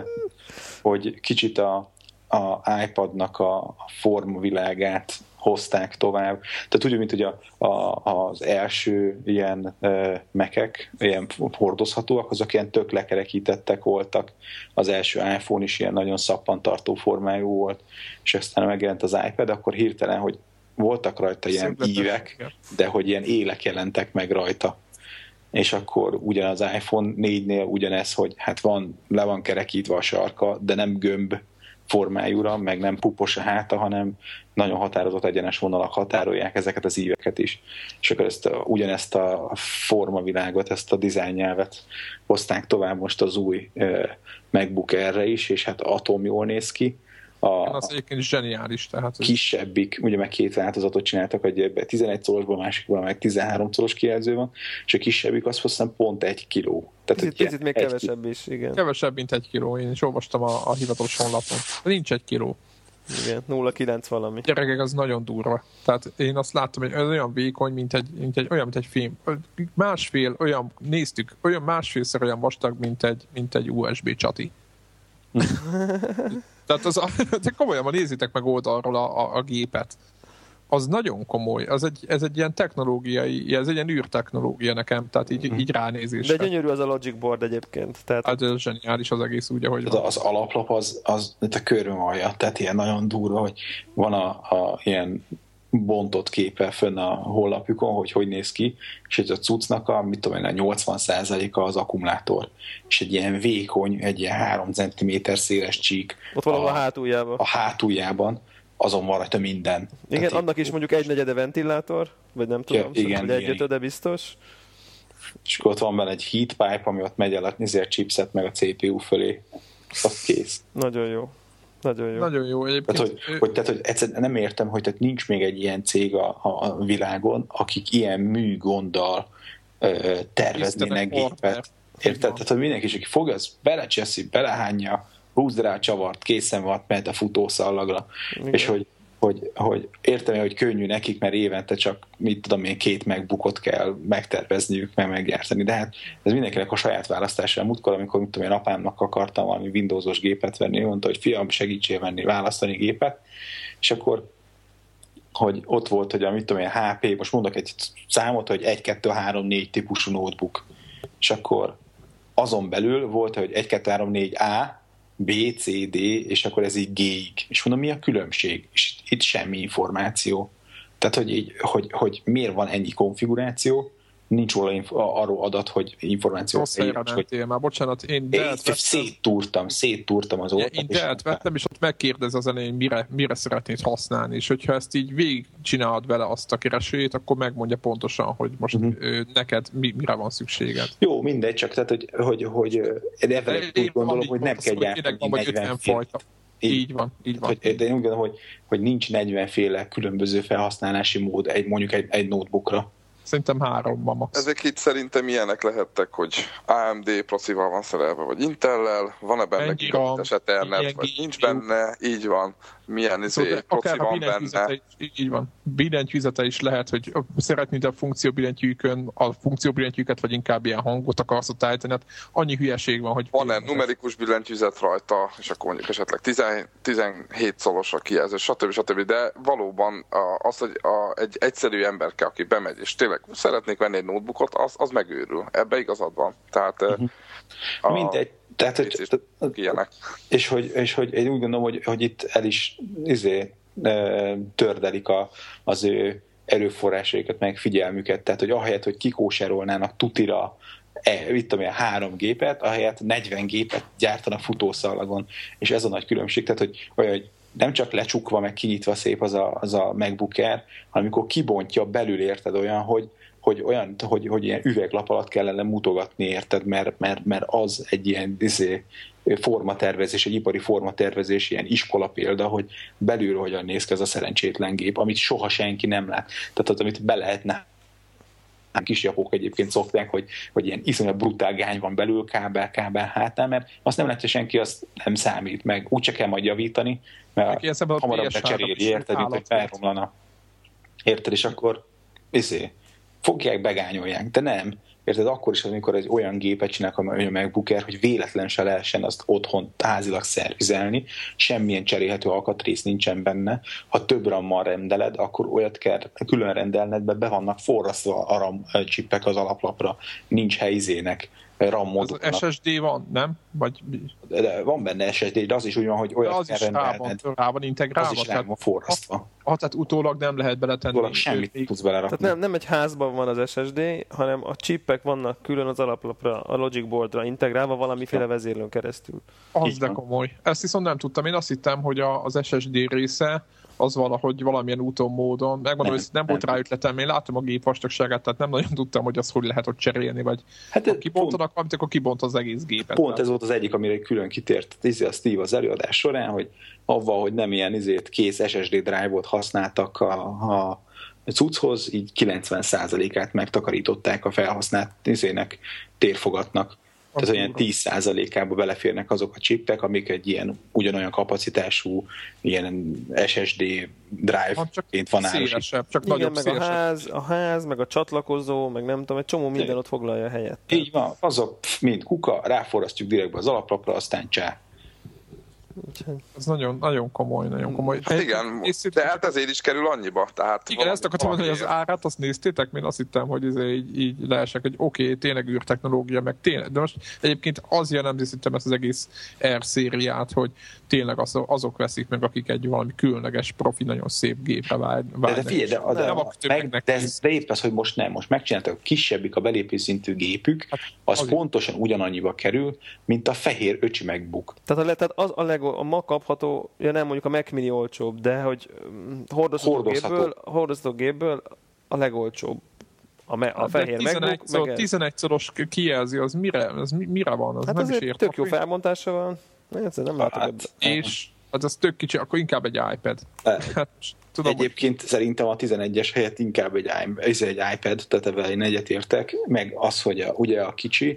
Hogy kicsit a, a iPadnak a, a formavilágát hozták tovább. Tehát úgy, mint hogy a, a, az első ilyen uh, Mac-ek, ilyen hordozhatóak, azok ilyen tök lekerekítettek voltak. Az első iPhone is ilyen nagyon szappantartó formájú volt, és aztán megjelent az iPad, akkor hirtelen, hogy voltak rajta ilyen Szögletes. ívek, de hogy ilyen élek jelentek meg rajta. És akkor ugyanaz iPhone négynél ugyanez, hogy hát van, le van kerekítve a sarka, de nem gömb formájúra, meg nem pupos a háta, hanem nagyon határozott egyenes vonalak határolják ezeket az íveket is. És akkor ezt, ugyanezt a formavilágot, ezt a design nyelvet hozták tovább most az új uh, MacBook Air-re is, és hát atom jól néz ki. A, az egyébként zseniális. Tehát kisebbik, ugye meg két változatot csináltak, hogy tizenegy szorosban, másikban meg tizenhárom szoros kijelző van, és a kisebbik azt hiszem pont egy kiló. Tehát picit, picit még kevesebb kiló. Is, igen. Kevesebb, mint egy kiló. Én is olvastam a, a hivatalos honlapon. Nincs egy kiló. Igen, nulla egész kilenc valami. Gyerekek, az nagyon durva. Tehát én azt láttam, hogy ez olyan vékony, mint egy, mint egy olyan, mint egy film. Másfél, olyan, néztük, olyan másfélszer olyan vastag, mint egy, mint egy u es bé csati. Tehát az a, de komolyan, ma nézzétek meg oldalról a, a, a gépet. Az nagyon komoly. Az egy, ez egy ilyen technológiai, ez egy ilyen űrtechnológia nekem, tehát így, így ránézésre. De gyönyörű az a Logic Board egyébként. Tehát... Hát ez zseniális az egész úgy, ahogy van. Az alaplap az, az a körbemalja, tehát ilyen nagyon durva, hogy van a, a ilyen bontott képe fönn a honlapjukon, hogy hogy néz ki, és egy a cuccnak a, mit tudom én, a nyolcvan százaléka az akkumulátor. És egy ilyen vékony, egy ilyen három centiméter széles csík. Ott valahol a, a hátuljában. A hátuljában, azon van rajta minden. Igen, tehát annak is mondjuk egy negyede ventilátor, vagy nem tudom, ja, igen, szóval egy ötöde biztos. És akkor ott van benne egy heat pipe, ami ott megy el a chipset meg a cé pé u fölé. Az kész. Nagyon jó. Nagyon jó. Nagyon jó egyébként. Tehát, hogy, hogy, tehát, hogy egyszerűen nem értem, hogy tehát nincs még egy ilyen cég a, a világon, akik ilyen műgonddal ö, terveznének gépet. Érted? Tehát, hogy mindenki, aki fog, az belecseszi, belehányja, húzd rá a csavart, készen van, mehet a futószallagra. És hogy, hogy, hogy értem, hogy könnyű nekik, mert évente csak, mit tudom én, két MacBookot kell megtervezniük, meg meggyártani, de hát ez mindenkinek a saját választása. Múltkor, amikor, mit tudom én, apámnak akartam valami Windowsos gépet venni, mondta, hogy fiam, segítsél venni, választani gépet, és akkor hogy ott volt, hogy a mit tudom én, há pé, most mondok egy számot, hogy egy, kettő, három, négy típusú notebook, és akkor azon belül volt, hogy egy, kettő, három, négy á, B, C, D, és akkor ez így G-ig. És mondom, mi a különbség? És itt semmi információ. Tehát, hogy, így, hogy, hogy miért van ennyi konfiguráció, nincs róla inf- arról adat, hogy információ. Rossz helyre mentél már, bocsánat, én Delt vettem. Széttúrtam, széttúrtam az oldalt. Én Delt vettem, és ott megkérdez az elején, mire, mire szeretnéd használni, és hogyha ezt így végig csinálod vele azt a keresőjét, akkor megmondja pontosan, hogy most uh-huh. neked mi, mire van szükséged. Jó, mindegy, csak tehát, hogy, hogy, hogy én úgy gondolom, hogy nem kell gyártani negyven fajta. Így, így van, így van. Hogy, de én úgy gondolom, hogy, hogy nincs negyvenféle különböző felhasználási mód egy, mondjuk egy, egy notebookra. Szerintem háromban max. Ezek itt szerintem ilyenek lehettek, hogy á em dé processzival van szerelve, vagy Intellel, van-e benne gigabites Ethernet, vagy nincs benne, így van. Milyen izé, proci van benne. Is, így van. Billentyűzete is lehet, hogy szeretnéd a funkcióbillentyűkön a funkcióbillentyűket, vagy inkább ilyen hangot akarsz ott állítani. Hát annyi hülyeség van, hogy... Van-e numerikus billentyűzet rajta, és akkor mondjuk esetleg tizenhét szolos a kijelző, stb. stb. De valóban az, hogy a, egy egyszerű emberke, aki bemegy, és tényleg szeretnék venni egy notebookot, az, az megőrül. Ebbe igazad van. Tehát... Uh-huh. A... Mindegy. Tehát, hogy, és, hogy, és hogy én úgy gondolom, hogy, hogy itt el is izé, tördelik a, az ő erőforrásaikat, meg figyelmüket. Tehát, hogy ahelyett, hogy kikóserolnának tutira e, itt tudom, három gépet, ahelyett negyven gépet gyártanak futószalagon. És ez a nagy különbség. Tehát, hogy olyan, hogy nem csak lecsukva, meg kinyitva szép az a, az a MacBook Air, hanem amikor kibontja belül, érted, olyan, hogy hogy olyan, hogy, hogy ilyen üveglap alatt kellene mutogatni, érted, mert, mert, mert az egy ilyen izé, formatervezés, egy ipari formatervezés, ilyen iskola példa, hogy belülről hogyan néz ki ez a szerencsétlen gép, amit soha senki nem lát. Tehát az, amit be lehetne, kis japók egyébként szokták, hogy, hogy ilyen iszonyat brutál gány van belül, kábel, kábel hátán, mert azt nem látja senki, azt nem számít meg. Úgyse kell majd javítani, mert hamarabb becseréli, érted, mint hogy felromlana. Érted, és akkor izé, fogják, begányolják, de nem. Érted, akkor is, amikor egy olyan gépet csinálnak, amely a MacBook Air, hogy véletlen se lehessen azt otthon házilag szervizelni, semmilyen cserélhető alkatrész nincsen benne. Ha több RAM-mal rendeled, akkor olyat kell külön rendelned, be, be vannak forrasztva a RAM csippek az alaplapra. Nincs helyzének. RAM módoknak. Az es es dé van, nem? Vagy... De van benne es es dé, de az is úgy van, hogy olyat az kell rendelned. Rá van integrálva. Az is rá van forrasztva. Ha, tehát utólag nem lehet beletenni. Utólag semmit még... tudsz belerakni. Tehát nem, nem egy házban van az es es dé, hanem a chipek vannak külön az alaplapra, a logic boardra integrálva valamiféle vezérlőn keresztül. Az de komoly. Ezt viszont nem tudtam. Én azt hittem, hogy az es es dé része az valahogy valamilyen úton, módon. Megmondom, hogy nem, nem volt rá ötletem. Én látom a gép vastagságát, tehát nem nagyon tudtam, hogy azt hogy lehet ott cserélni, vagy hát ha kibontanak valamit, akkor kibont az egész gépet. Pont ez volt az egyik, amire külön kitért a Steve az előadás során, hogy avval, hogy nem ilyen izét, kész es es dé drive-ot használtak a, a cucchoz, így kilencven százalékát megtakarították a felhasznált izének, térfogatnak. Tehát olyan tíz százalékába beleférnek azok a chipek, amik egy ilyen ugyanolyan kapacitású ilyen es es dé drive-ként van szélesebb, csak igen, nagyobb meg szélesebb. A ház, a ház, meg a csatlakozó, meg nem tudom, egy csomó minden ott foglalja a helyet. Így van, azok mind kuka, ráforrasztjuk direktbe az alaplapra, aztán csá. Ez nagyon, nagyon komoly, nagyon komoly. Hát igen, de hát ezért is kerül annyiba. Tehát igen, ezt akartam mondani, hogy az árát azt néztétek, én azt hittem, hogy ez így, így leesek, hogy oké, okay, tényleg űrtechnológia, meg tényleg, de most egyébként az jellemzi szerintem ezt az egész R szériát, hogy tényleg az, azok veszik meg, akik egy valami különleges, profi, nagyon szép gépre vágynak. De, de figyelj, de, de, de, meg, de, ez, de épp az, hogy most nem, most megcsináltak, kisebbik a belépő szintű gépük, hát, az, az pontosan is ugyanannyiba kerül, mint a fehér öcsi MacBook. Tehát, a, tehát az a, Lego, a ma kapható, ja nem mondjuk a Mac Mini olcsóbb, de hogy hordozható gépből, hordozható gépből a legolcsóbb. A, me, a hát fehér MacBook. Szor, tizenegy szoros kijelzi, az mire, az mire van? Az hát nem is értem. Tök jó felmontása van. Nem látok hát, ebben. És hát az tök kicsi, akkor inkább egy iPad. Hát, tudom, egyébként hogy... szerintem a tizenegyes helyett inkább egy, egy iPad, tehát ebben én egyetértek, meg az, hogy a, ugye a kicsi,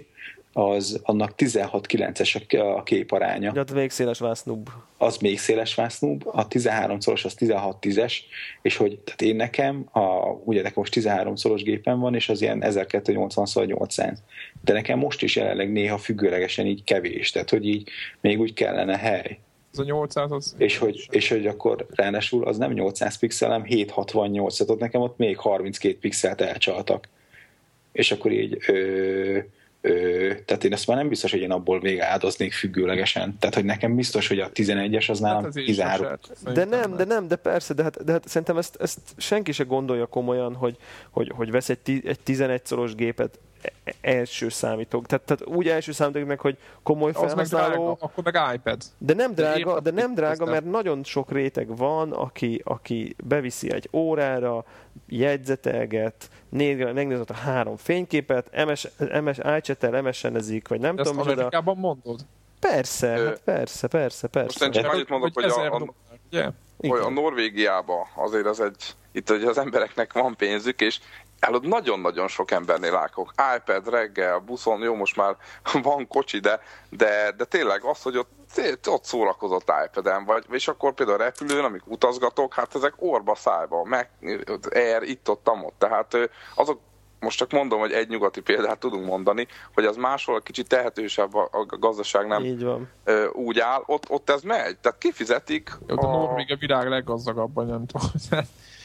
az annak tizenhat kilences a képaránya. Tehát még széles vásznúbb. Az még széles vásznúbb, a tizenhárom szoros az tizenhat tízes, és hogy tehát én nekem, a, ugye nekem most tizenhárom szoros gépen van, és az ilyen ezerkétszáznyolcvan szor nyolcszáz. De nekem most is jelenleg néha függőlegesen így kevés, tehát hogy így még úgy kellene hely. Ez a nyolcszáz az... És hogy, és hogy akkor ráadásul az nem nyolcszáz pixel, hanem hétszázhatvannyolc, tehát ott nekem ott még harminckét pixelt elcsaltak. És akkor így... Ö, Ö, tehát én ezt már nem biztos, hogy én abból még áldoznék függőlegesen. Tehát, hogy nekem biztos, hogy a tizenegyes az nálam hát tizenhárom. De nem, de nem, de persze, de hát, de hát szerintem ezt, ezt senki se gondolja komolyan, hogy, hogy, hogy vesz egy, egy tizenegy szoros gépet első számítógép. Tehát, tehát úgy első számítógép, hogy komoly felhasználó. Akkor meg iPad. De nem drága, de nem drága, mert nagyon sok réteg van, aki, aki beviszi egy órára, jegyzetelget, megnézett a három fényképet, em es iChat-tel em es-enezik, vagy nem de tudom. Ezt Amerikában de... mondod? Persze, Ö... hát persze, persze, persze. Most én csak annyit mondok, hogy, hogy, a, a, yeah. hogy a Norvégiában azért az egy, itt hogy az embereknek van pénzük, és előtt nagyon-nagyon sok embernél látok. iPad reggel, buszon, jó, most már van kocsi, de, de, de tényleg az, hogy ott, ott szórakozott iPad-en, vagy, és akkor például a repülőn, amik utazgatok, hát ezek orba szájba, meg Air, itt-ott, ott. Tehát azok, most csak mondom, hogy egy nyugati példát tudunk mondani, hogy az máshol kicsit tehetősebb a, a gazdaság nem így van. Úgy áll, ott, ott ez megy. Tehát kifizetik. Jó, a, a Norvég a világ leggazdagabb, nem tudom.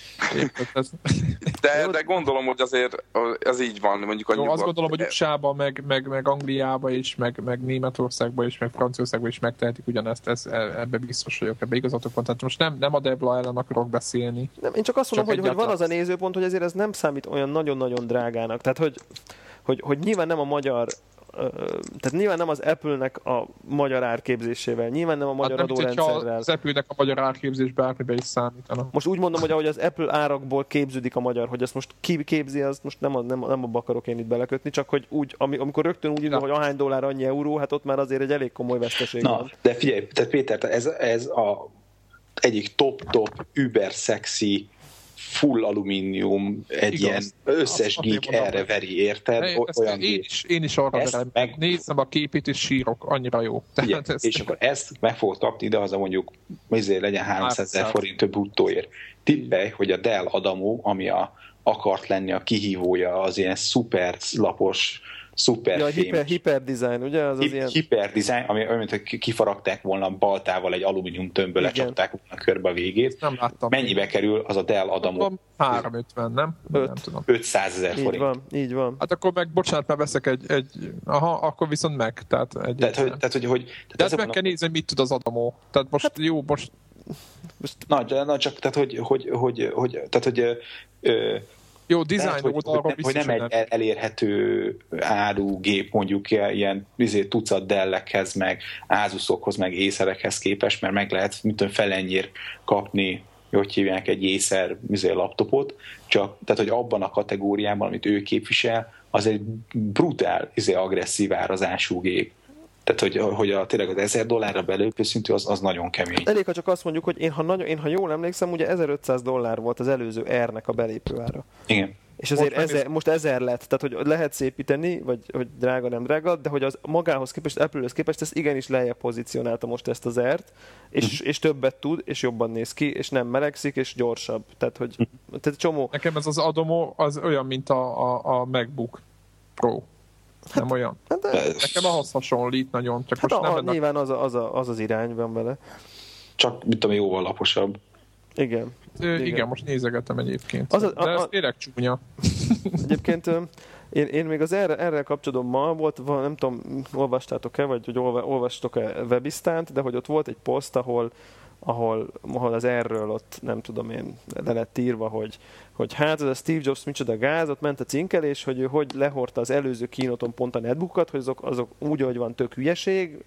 De, de gondolom, hogy azért ez így van. Mondjuk a Jó, nyugat... azt gondolom, hogy u es á-ban, meg, meg, meg Angliában is, meg, meg Németországban is, meg Franciaországban is megtehetik ugyanezt, ez, ebbe biztos vagyok, ebbe igazatok van. Tehát most nem, nem a Debla ellen akarok beszélni. Nem, én csak azt mondom, csak hogy, hogy van az a nézőpont, hogy azért ez nem számít olyan nagyon-nagyon drágának. Tehát, hogy, hogy, hogy nyilván nem a magyar tehát nyilván nem az Apple-nek a magyar árképzésével, nyilván nem a magyar hát adórendszerrel. Az Apple-nek a magyar árképzés bármibe is számítana. Most úgy mondom, hogy ahogy az Apple árakból képződik a magyar, hogy ezt most ki képzi, azt most nem, a, nem, nem abba akarok én itt belekötni, csak hogy úgy, amikor rögtön úgy indul, hogy ahány dollár, annyi euró, hát ott már azért egy elég komoly veszteség Na, van. De figyelj, tehát Péter, ez, ez a egyik top-top, über szexi full alumínium, egy igaz. Ilyen összes geek erre veri, érted? Ne, olyan én, is, én is arra verem. Meg... Nézzem a képét és sírok, annyira jó. Igen, ezt... És akkor ezt meg fogod kapni ide haza mondjuk, ezért legyen háromszázezer forint brutóért. Tippelj, hogy a Dell Adamo, ami a, akart lenni a kihívója az ilyen szuper lapos, szuper ja, hiper, hiper design, ugye? Az Hi- az ilyen... Hiper design, ami olyan, mint kifaragták volna baltával egy alumínium tömbből, lecsapták volna körbe a végét. Nem láttam. Mennyibe még. Kerül az a Dell Adamo? háromszázötven, nem? öt. Nem tudom. ötszázezer forint. Így van, így van. Hát akkor meg, bocsánat, már veszek egy, egy aha, akkor viszont meg. Tehát, egy tehát, hogy, tehát, hogy, hogy, tehát de ezt meg kell a... nézni, mit tud az Adamo. Tehát most hát... jó, most... most... Na, na, csak, tehát, hogy, hogy, hogy, hogy, tehát, hogy ö, jó, design hogy, oldalról hogy, hogy nem egy el, elérhető áru gép mondjuk ilyen izé, tucat Dellekhez, meg Asusokhoz, meg Acerekhez képest, mert meg lehet mit tudom, felennyiért kapni, hogy hívják, egy Acer izé, laptopot, csak tehát, hogy abban a kategóriában, amit ő képvisel, az egy brutál izé, agresszív árazású gép. Tehát, hogy, hogy a, tényleg az ezer dollárra belépő szintű, az, az nagyon kemény. Elég, ha csak azt mondjuk, hogy én ha, nagyon, én, ha jól emlékszem, ugye ezerötszáz dollár volt az előző R-nek a belépő ára. Igen. És azért most, ezer, most ezer lett, tehát hogy lehet szépíteni, vagy hogy drága, nem drága, de hogy az magához képest, Apple-höz képest, ezt igenis lejjebb pozícionálta most ezt az R-t, és, uh-huh. és többet tud, és jobban néz ki, és nem melegszik, és gyorsabb. Tehát, hogy uh-huh. tehát csomó... Nekem ez az Adamo az olyan, mint a, a, a MacBook Pro. Hát, nem olyan. Hát de... Nekem ahhoz hasonlít nagyon. Csak hát most a, nem nyilván az, a, az, a, az az irány van vele. Csak, mit tudom, jóval laposabb. Igen. Igen, igen, most nézegettem egyébként. Az a, a, de ez a, tényleg csúnya. Egyébként én, én még az erre, erre kapcsolatban ma volt, nem tudom, olvastátok-e, vagy hogy olvastok-e Webisztánt, de hogy ott volt egy poszt, ahol ahol, ahol az erről ott nem tudom én, le lett írva, hogy, hogy hát ez a Steve Jobs micsoda gáz, ott ment a cinkelés, hogy ő hogy lehordta az előző keynote-on pont a netbookokat, hogy azok, azok úgy, ahogy van, tök hülyeség,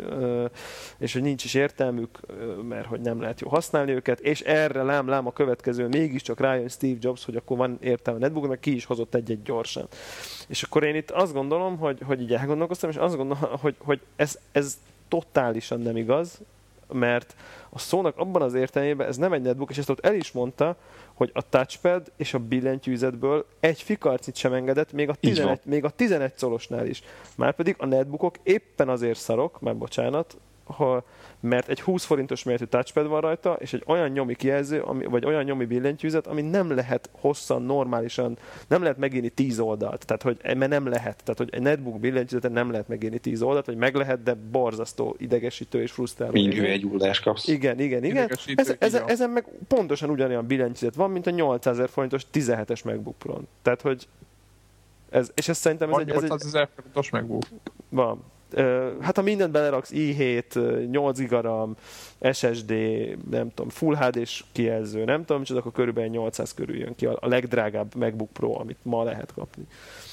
és hogy nincs is értelmük, mert hogy nem lehet jó használni őket, és erre lám, lám a következő, mégiscsak rájön Steve Jobs, hogy akkor van értelme a netbooknak, ki is hozott egy-egy gyorsan. És akkor én itt azt gondolom, hogy, hogy így elgondolkoztam, és azt gondolom, hogy, hogy ez, ez totálisan nem igaz, mert a szónak abban az értelmében ez nem egy netbook, és ezt ott el is mondta, hogy a touchpad és a billentyűzetből egy fikarcit sem engedett, még a tizenegy, még a tizenegy colosnál is. Márpedig a netbookok éppen azért szarok, már bocsánat, ha, mert egy húsz forintos méretű touchpad van rajta, és egy olyan nyomi kijelző, ami, vagy olyan nyomi billentyűzet, ami nem lehet hosszan, normálisan, nem lehet megírni tíz oldalt, tehát hogy, mert nem lehet, tehát hogy egy netbook billentyűzeten nem lehet megírni tíz oldalt, vagy meg lehet, de borzasztó idegesítő és frusztráló. Mindjú egy uldást kapsz. Igen, igen, igen. Ez, ez, ezen meg pontosan ugyanolyan billentyűzet van, mint a nyolcszázezer forintos tizenhetes MacBook Pro-n. Tehát, hogy ez, és ez szerintem ez egy... nyolcszázezer forintos MacBook. Van. Hát ha mindent beleraksz, i hét, nyolc giga RAM, es es dé, nem tudom, Full há dés kijelző, nem tudom, micsoda, akkor körülbelül nyolcszáz körül jön ki a legdrágább MacBook Pro, amit ma lehet kapni.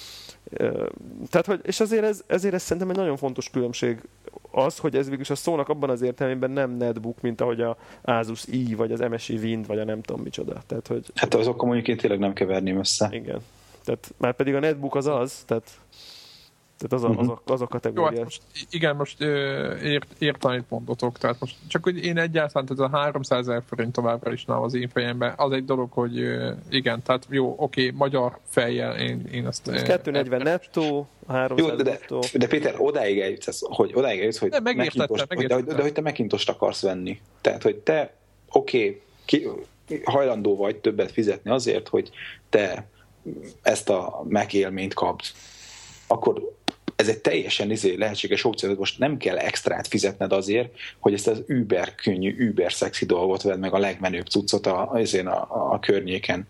Tehát, hogy, és azért ez, ezért ez szerintem egy nagyon fontos különbség az, hogy ez végülis a szónak abban az értelmében nem netbook, mint ahogy a Asus i, vagy az em es i Wind, vagy a nem tudom micsoda. Tehát, hogy... Hát azokkal mondjuk én tényleg nem keverném össze. Igen. Tehát már pedig a netbook az az, tehát Tehát az a, az a, az a kategória. Jó, hát most, igen, most ért, értem, amit mondotok. Tehát most csak, hogy én egyáltalán, tehát a háromszázezer forint továbbra is nálam az én fejemben, az egy dolog, hogy igen, tehát jó, oké, magyar fejjel én, én ezt... kettőszáznegyven nettó, háromszáz jó, de, nettó. De Péter, odáig eljutsz, hogy, odáig eljutsz, hogy, de, Macintosh, hogy, de, de, de hogy te Macintost akarsz venni. Tehát, hogy te oké, okay, hajlandó vagy többet fizetni azért, hogy te ezt a Mac élményt kapsz. Akkor ez egy teljesen izé, lehetséges opció, hogy most nem kell extrát fizetned azért, hogy ezt az über könnyű, über szexi dolgot vedd meg a legmenőbb cuccot a, a, a, a környéken.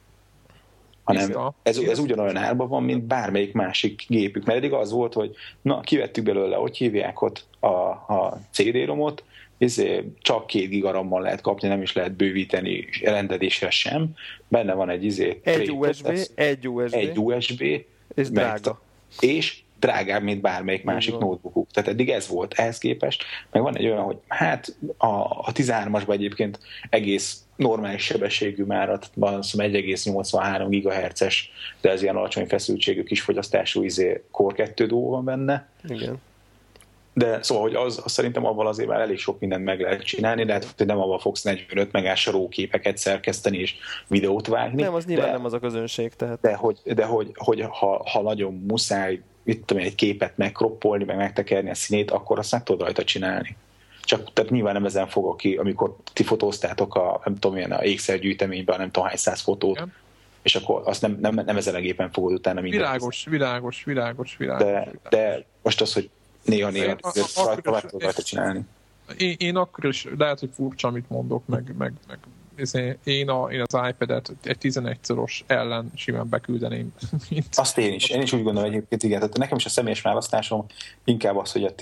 Hanem ez, ez ugyanolyan árban van, mint bármelyik másik gépük. Mert eddig az volt, hogy na, kivettük belőle, hogy hívják ott a, a cé dé-romot, izé, csak két gigarammal lehet kapni, nem is lehet bővíteni rendelésre sem. Benne van egy izé, egy u es bé, egy u es bé, egy u es bé, és drága. És drágább, mint bármelyik másik notebookuk. Tehát eddig ez volt ehhez képest. Meg van egy olyan, hogy hát a, a tizenhármasban egyébként egész normális sebességű márat, van egy egész nyolcvanhárom gigahertzes, de ez ilyen alacsony feszültségű kisfogyasztású izé Core kettő dó van benne. Igen. De szóval, hogy az, az szerintem avval azért már elég sok mindent meg lehet csinálni, de hát, hogy nem avval fogsz negyvenöt megás róképeket szerkeszteni és videót vágni. Nem, az nyilván de, nem az a közönség. Tehát. De, hogy, de hogy, hogy ha, ha nagyon muszáj mit tudom, egy képet megkroppolni, meg megtekerni a színét, akkor azt meg tudod rajta csinálni. Csak tehát nyilván nem ezen fogok ki, amikor ti fotóztátok a, nem tudom, ilyen a ékszergyűjteményben, nem tudom hány száz fotót, igen. És akkor azt nem, nem, nem ezen a gépen fogod utána mindent. Világos, világos, világos, világos. De, világos. de most az, hogy néha-néha rajta meg tudod rajta csinálni. Én, én akkor is, lehet, hogy furcsa, amit mondok, meg, meg, meg én, a, én az iPad-et egy tizenegy colos ellen simán beküldeném. Mint azt én is. Én is úgy gondolom egyébként, igen. Tehát nekem is a személyes választásom inkább az, hogy a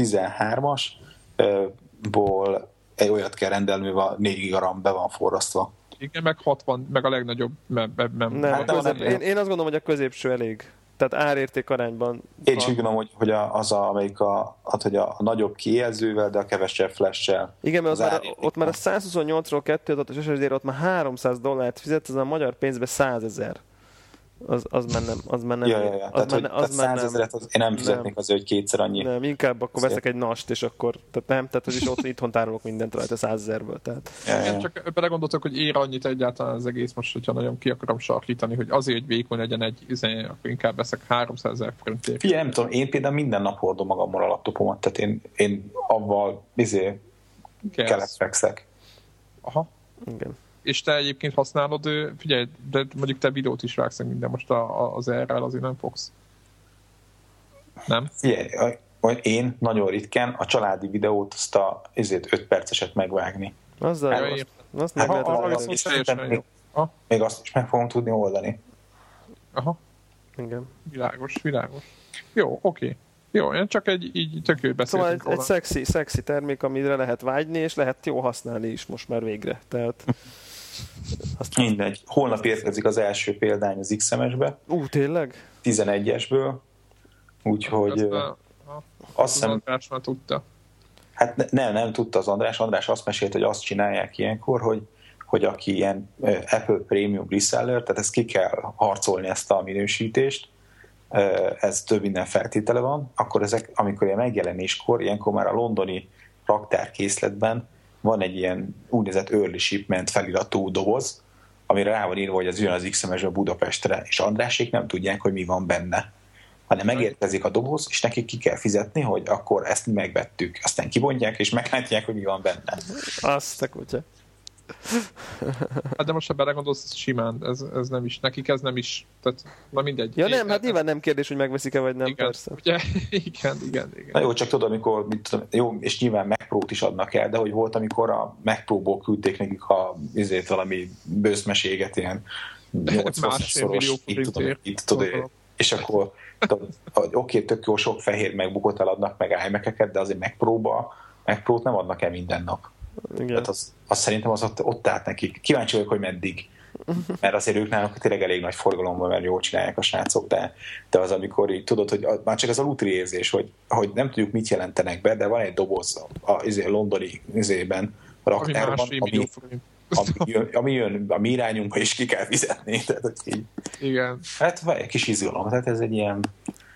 tizenhármasból egy olyat kell rendelni, mivel a négy giga RAM be van forrasztva. Igen, meg hatvan, meg a legnagyobb. Me, me, me, nem, hát a közép, én, én azt gondolom, hogy a középső elég. Tehát árérték arányban. Én is úgy gondolom, hogy, hogy az, a, amelyik a, hogy a, a nagyobb kijelzővel, de a kevesebb flash-sel. Igen, mert az már, ott már a százhuszonnyolcról kettő adatos es es dé-re ott már háromszáz dollárt fizet, ez a magyar pénzbe százezer. Az, az már nem. Az már nem. Ja, ja, ja. Az tehát, már, az tehát százezret az, én nem fizetnék nem. azért, hogy kétszer annyi. Nem, inkább akkor azért. Veszek egy nast, és akkor, tehát nem, tehát az is ott itthon tárolok mindent rajta százezerből. Tehát. Ja, ja. Csak belegondoltok, hogy ér annyit egyáltalán az egész, most, hogyha nagyon ki akarom sarkítani, hogy azért, hogy vékony legyen egy, izé, akkor inkább veszek háromszázezer forintért. Figyelj, nem tudom, én például minden nap hordom magammal a laptopomat, tehát én, én avval izé kelepfekszek. Aha. Igen. És te egyébként használod, figyelj, de mondjuk te videót is rágsz minden, most a, az erre azért nem fogsz. Nem? Figyelj, én nagyon ritkán a családi videót, azt a ezért öt perceset megvágni. Azzal, hát, azt, azt meg lehet az még, még azt is meg fogom tudni oldani. Aha. Igen. Világos, világos. Jó, oké. Okay. Jó, én csak egy így tök jó beszéltünk. Szóval egy, egy szexi, szexi termék, amire lehet vágyni, és lehet jó használni is most már végre. Tehát... Azt mindegy. Holnap érkezik az első példány az iksz em es-be. Ú, tényleg? tizenegyesből. Úgyhogy azt, a, azt hiszem... András már tudta. Hát ne, nem, nem tudta az András. András azt mesélt, hogy azt csinálják ilyenkor, hogy, hogy aki ilyen Apple Premium reseller, tehát ezt ki kell harcolni, ezt a minősítést, ez több minden feltétele van, akkor ezek, amikor ilyen megjelenéskor, ilyenkor már a londoni raktárkészletben van egy ilyen úgynevezett early shipment feliratú doboz, amire rá van írva, hogy az jön az iksz em es-ből Budapestre, és Andrásék nem tudják, hogy mi van benne. Hanem megérkezik a doboz, és nekik ki kell fizetni, hogy akkor ezt megvettük. Aztán kibontják, és meglátják, hogy mi van benne. Azt a kutya. Hát de most ha belegondolsz, ez simán, ez, ez nem is, nekik ez nem is, tehát na mindegy. Ja nem, hát nyilván nem kérdés, hogy megveszik-e vagy nem, igen, persze. Ugye? Igen, igen, igen. Na jó, csak tudod, amikor, mit tudom, jó, és nyilván Mac Pro-t is adnak el, de hogy volt, amikor a Mac Pro-ból küldték nekik a izét valami bőszmeséget, ilyen nyolcvanszoros, itt tudom, itt tudod, és akkor oké, okay, tök jó, sok fehér MacBookot eladnak, meg iMac-eket, de azért Mac Pro-ba, Mac Pro-t nem adnak el minden nap. Igen. Tehát az, az szerintem az ott, ott állt nekik. Kíváncsi vagyok, hogy meddig. Mert azért ők náluk tényleg elég nagy forgalomban, mert jól csinálják a srácok, de, de az, amikor így tudod, hogy a, már csak az alutri érzés, hogy, hogy nem tudjuk, mit jelentenek be, de van egy doboz a, a, a londoni izében, a raktárban, ami, ami, ami, jön, ami jön a mi irányunkba, és ki kell fizetni. Tehát, így, igen. Hát van egy kis izgalom, tehát ez egy ilyen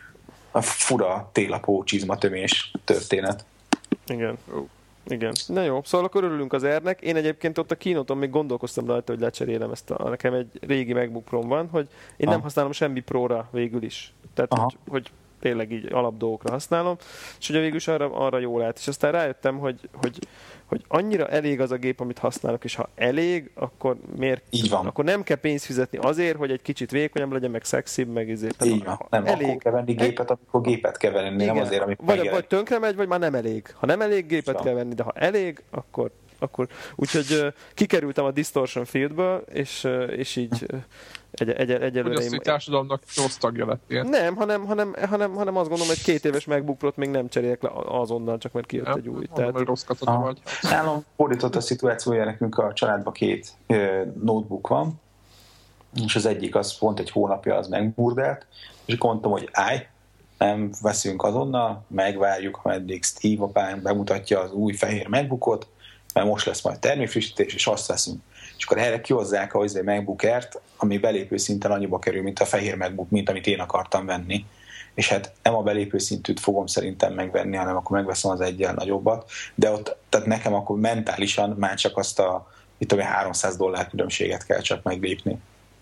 a fura télapó csizmatömés történet. Igen. Igen. Na jó, szóval akkor örülünk az R-nek. Én egyébként ott a kínóton még gondolkoztam rajta, hogy lecserélem ezt a... Nekem egy régi MacBook Pro-m van, hogy én Aha. nem használom semmi Pro-ra végül is. Tehát, hogy, hogy tényleg így alapdolgokra használom, és ugye végül is arra, arra jól állt. És aztán rájöttem, hogy, hogy, hogy annyira elég az a gép, amit használok, és ha elég, akkor miért? Így van. Akkor nem kell pénzt fizetni azért, hogy egy kicsit vékonyabb legyen, meg szexibb, meg ezért. Így van. Nem, elég. Akkor kell venni gépet, amikor gépet kell venni, igen. Nem azért, amikor vagy, vagy tönkre megy, vagy már nem elég. Ha nem elég, gépet Szóval. kell venni, de ha elég, akkor akkor úgyhogy uh, kikerültem a distortion fieldből, és, uh, és így uh, egy, egy, egyelőre... Hogy azt, hogy társadalomnak rossz tagja lettél. Nem, hanem, hanem, hanem, hanem azt gondolom, hogy két éves MacBook Pro-t még nem cserélek le azonnal, csak mert kijött nem, egy új. Mondom, tehát... hogy rossz katona vagy. Nálam fordított a szituációja, nekünk a családban két uh, notebook van, és az egyik az pont egy hónapja az megburdált, és akkor mondtam, hogy állj, nem veszünk azonnal, megvárjuk, ameddig Steve apám bemutatja az új fehér MacBookot, mert most lesz majd termékfrissítés, és azt veszünk. És akkor erre kihozzák a MacBook Air-t, ami belépő szinten annyiba kerül, mint a fehér MacBook, mint amit én akartam venni. És hát nem a belépő szintűt fogom szerintem megvenni, hanem akkor megveszem az egyen nagyobbat, de ott, tehát nekem akkor mentálisan már csak azt a, itt a háromszáz dollár különbséget kell csak meglépni.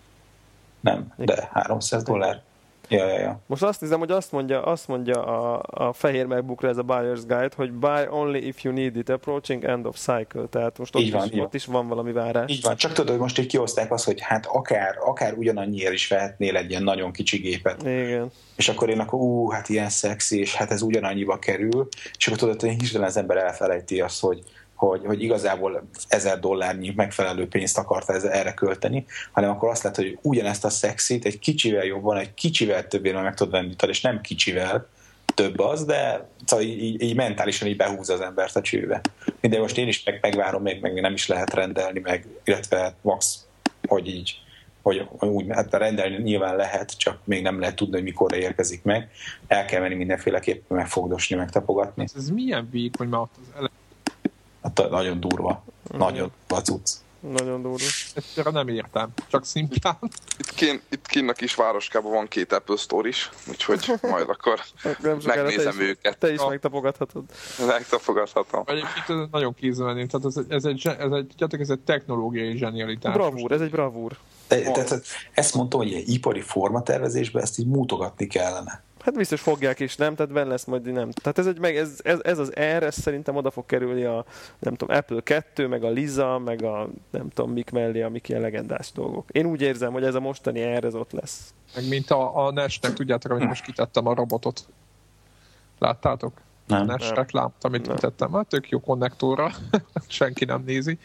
Nem, de háromszáz dollár. Ja, ja, ja. Most azt nézem, hogy azt mondja, azt mondja a, a fehér MacBookra ez a Buyer's Guide, hogy buy only if you need it, approaching end of cycle. Tehát most ott, van, is, ott is van valami várás. Így van, csak tudod, hogy most így kihozták azt, hogy hát akár, akár ugyanannyiért is vehetnél egy ilyen nagyon kicsi gépet. Igen. És akkor én akkor, ú, hát ilyen szexi, és hát ez ugyanannyiba kerül, és akkor tudod, hogy hirtelen az ember elfelejti azt, hogy Hogy, hogy igazából ezer dollárnyi megfelelő pénzt akarta erre költeni, hanem akkor azt lehet, hogy ugyanezt a szexit egy kicsivel jobban, egy kicsivel többéről meg tudod venni, és nem kicsivel több az, de szóval így, így mentálisan így behúzza az embert a csőbe. Minden most én is meg, megvárom, még meg nem is lehet rendelni, meg, illetve max, hogy így, hogy úgy, hát rendelni nyilván lehet, csak még nem lehet tudni, hogy mikorra érkezik meg. El kell menni mindenféleképpen megfogdosni, megtapogatni. Ez milyen vékony, mert ott az ele- Hát nagyon durva. Mm. Nagyon vacuc. Nagyon durva. Egyszerűen nem értem. Csak szimplán. Itt, kín, itt kinn a kis városkában van két Apple Store is, úgyhogy majd akkor megnézem te őket. Is, te is megtapogathatod. Megtapogathatom. Egyébként ez nagyon kézmenném. Tehát ez, ez, egy, ez, egy, ez egy technológiai zsenialitás. Bravúr, ez egy bravúr. De, tehát ezt mondtam, hogy ilyen ipari formatervezésben ezt így mutogatni kellene. Hát biztos fogják is, nem? Tehát benne lesz majd nem. Tehát ez, egy, meg ez, ez, ez az R, ez szerintem oda fog kerülni a, nem tudom, Apple kettő, meg a Lisa, meg a nem tudom mik mellé, amik ilyen legendás dolgok. Én úgy érzem, hogy ez a mostani R, ez ott lesz. Meg mint a, a Nest-nek, tudjátok, amit most kitettem a robotot. Láttátok? Nem. A Nest reklámot, amit nem. kitettem. Hát tök jó konnektorra. Senki nem nézi.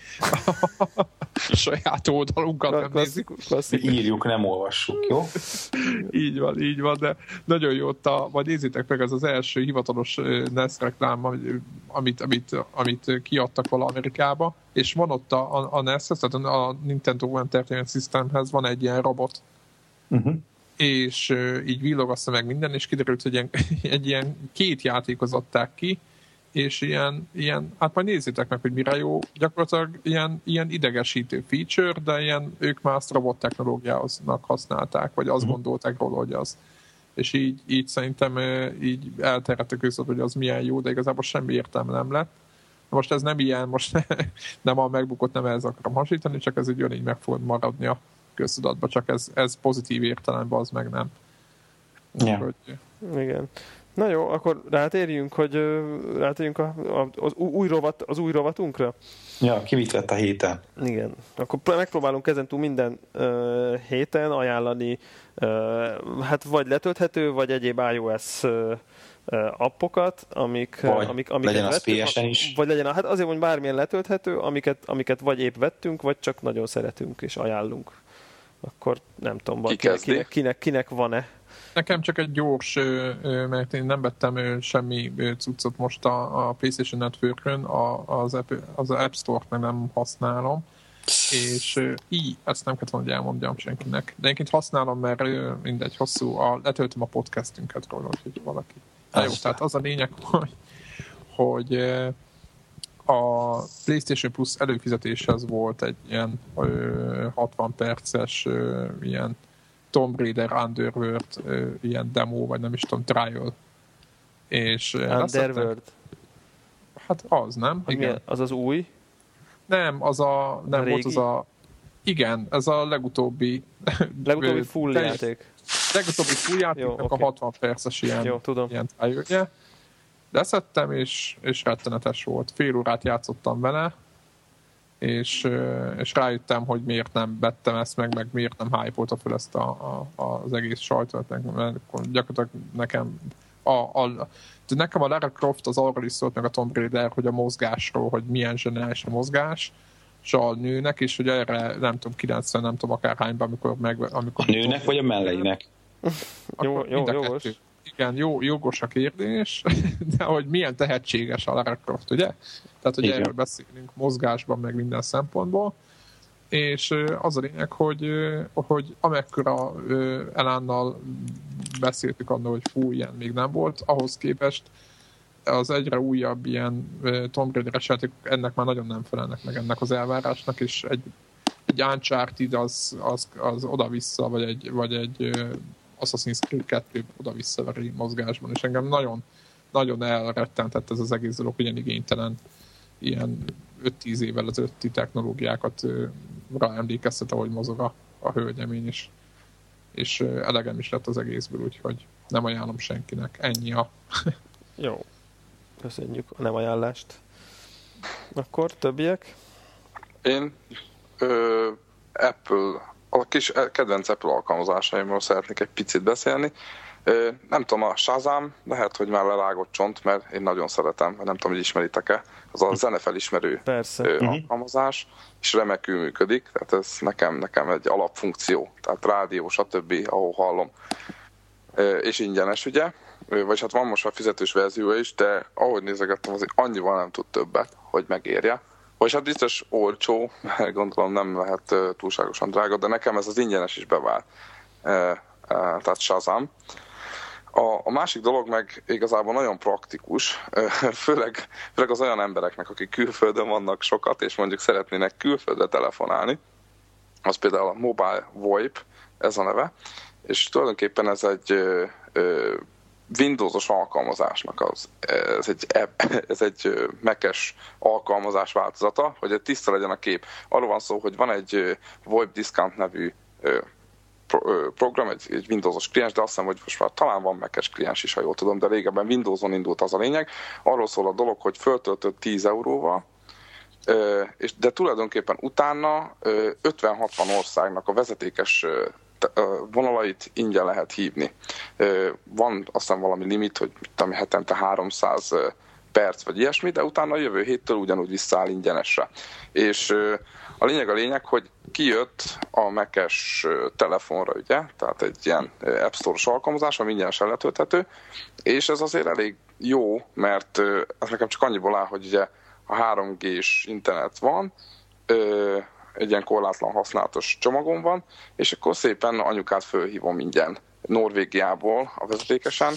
Saját oldalunkat nem nézik. Írjuk, nem olvassuk, jó? Így van, így van, de nagyon jó ott a, majd nézzétek meg, ez az első hivatalos Nest reklám, amit, amit, amit kiadtak vala Amerikába, és van ott a, a, a Nest, tehát a Nintendo Entertainment Systemhez van egy ilyen robot. Uh-huh. És uh, így villogassza meg minden, és kiderült, hogy ilyen, egy ilyen két játékot adták ki, és ilyen, ilyen, hát majd nézzétek meg, hogy mire jó, gyakorlatilag ilyen, ilyen idegesítő feature, de ilyen, ők már azt robot technológiának használták, vagy azt gondolták róla, hogy az. És így, így szerintem így elterjedtek össze, hogy az milyen jó, de igazából semmi értelme nem lett. Most ez nem ilyen, most nem a MacBookot nem ehhez akarom hasonlítani, csak ez egy így meg fog maradni a köztudatba, csak ez, ez pozitív értelemben, az meg nem. Ja. Hogy... Igen. Na jó, akkor rátérjünk, hogy rátérjünk a, a, az, új rovat, az új rovatunkra? Ja, ki mit vett a héten? Igen. Akkor megpróbálunk ezentúl minden uh, héten ajánlani uh, hát vagy letölthető, vagy egyéb iOS uh, appokat, amik, vagy amik, amiket legyen az vettünk, pé es en is. Vagy legyen, hát azért, hogy bármilyen letölthető, amiket, amiket vagy épp vettünk, vagy csak nagyon szeretünk és ajánlunk. Akkor nem tudom, Ki kinek, kinek, kinek, kinek van-e. Nekem csak egy gyors, mert én nem vettem semmi cuccot most a, a PlayStation Network-ön, az, az App Store-t meg nem használom, és így, ezt nem kellett volna, hogy elmondjam senkinek. De én használom, mert mindegy, hosszú, a, letöltöm a podcastünket róla, hogy valaki. Na jó, tehát az a lényeg, hogy, hogy a PlayStation Plus előfizetéshez volt egy ilyen hatvan perces ilyen Tomb Raider Underworld uh, ilyen demo, vagy nem is tudom, trial. És Underworld? Hát az, nem? Igen. Milyen? Az az új? Nem, az a... Nem, a volt az a... Igen, ez a legutóbbi... Legutóbbi full játék. Legutóbbi full játéknak Jó, okay. a hatvan perces ilyen, Jó, tudom. ilyen trial-je. Leszettem, és, és rettenetes volt. Fél órát játszottam vele, és, és rájöttem, hogy miért nem vettem ezt meg, meg miért nem hype-olta fel ezt a, a, az egész sajtot, mert gyakorlatilag nekem a, a, nekem a Lara Croft az arról is szólt, meg a Tomb Raider, hogy a mozgásról, hogy milyen zseniális a mozgás, és a nőnek, és hogy erre nem tudom, kilencven, nem tudom akárhányban, amikor meg... Amikor a nőnek, vagy a melleinek? Jó, jó, jogos. Igen, jó, jogos a kérdés, de hogy milyen tehetséges a Lara Croft, ugye? Tehát, hogy Igen. erről beszélünk mozgásban, meg minden szempontból. És az a lényeg, hogy, hogy amekkora elánnal beszéltük annól, hogy fú, ilyen még nem volt, ahhoz képest az egyre újabb ilyen Tomb Raider-es játékok ennek már nagyon nem felelnek meg ennek az elvárásnak, és egy, egy Uncharted az, az, az oda-vissza, vagy egy, vagy egy Assassin's Creed kettő oda-vissza mozgásban, és engem nagyon, nagyon elrettentett ez az egész dolog, hogy ilyen igénytelen ilyen öt-tíz évvel ezelőtti technológiákat rá emlékeztet, ahogy mozog a, a hölgyemény, és, és elegem is lett az egészből, úgyhogy nem ajánlom senkinek. Ennyi a... Jó. Köszönjük a nem ajánlást. Akkor többiek? Én ö, Apple, a kis kedvenc Apple alkalmazásaimról szeretnék egy picit beszélni. Ö, nem tudom, a Shazam, lehet, hogy már lerágott csont, mert én nagyon szeretem, nem tudom, hogy ismeritek-e. Az a zenefelismerő ö, alkalmazás, és remekül működik, tehát ez nekem, nekem egy alapfunkció, tehát rádió, stb., ahol hallom. Ö, és ingyenes, ugye? Vagy hát van most már fizetős verziója is, de ahogy nézegettem, azért annyival nem tud többet, hogy megérje. Vagy hát biztos olcsó, mert gondolom nem lehet uh, túlságosan drága, de nekem ez az ingyenes is bevált. Uh, uh, tehát Shazam. A, a másik dolog meg igazából nagyon praktikus, uh, főleg, főleg az olyan embereknek, akik külföldön vannak sokat, és mondjuk szeretnének külföldre telefonálni. Az például a Mobile VoIP, ez a neve, és tulajdonképpen ez egy uh, uh, Windowsos alkalmazásnak az, ez egy, ez egy Mac-es alkalmazás változata, hogy egy tiszta legyen a kép. Arról van szó, hogy van egy VoIP Discount nevű program, egy, egy Windowsos kliens, de azt hiszem, hogy most már talán van Mac-es kliens is, ha jól tudom, de régebben Windowson indult az a lényeg. Arról szól a dolog, hogy föltöltött tíz euróval, de tulajdonképpen utána ötven-hatvan országnak a vezetékes vonalait ingyen lehet hívni. Van aztán valami limit, hogy tudom, hetente háromszáz perc vagy ilyesmi, de utána a jövő héttől ugyanúgy visszaáll ingyenesre. És a lényeg a lényeg, hogy kijött a Mac-es telefonra, ugye, tehát egy ilyen App Store-os alkalmazás, ami ingyenesen letölthető, és ez azért elég jó, mert ez nekem csak annyiból áll, hogy ugye a három G-s internet van, egy ilyen korlátlan használatos csomagom van, és akkor szépen anyukát fölhívom ingyen Norvégiából a vezetékesen,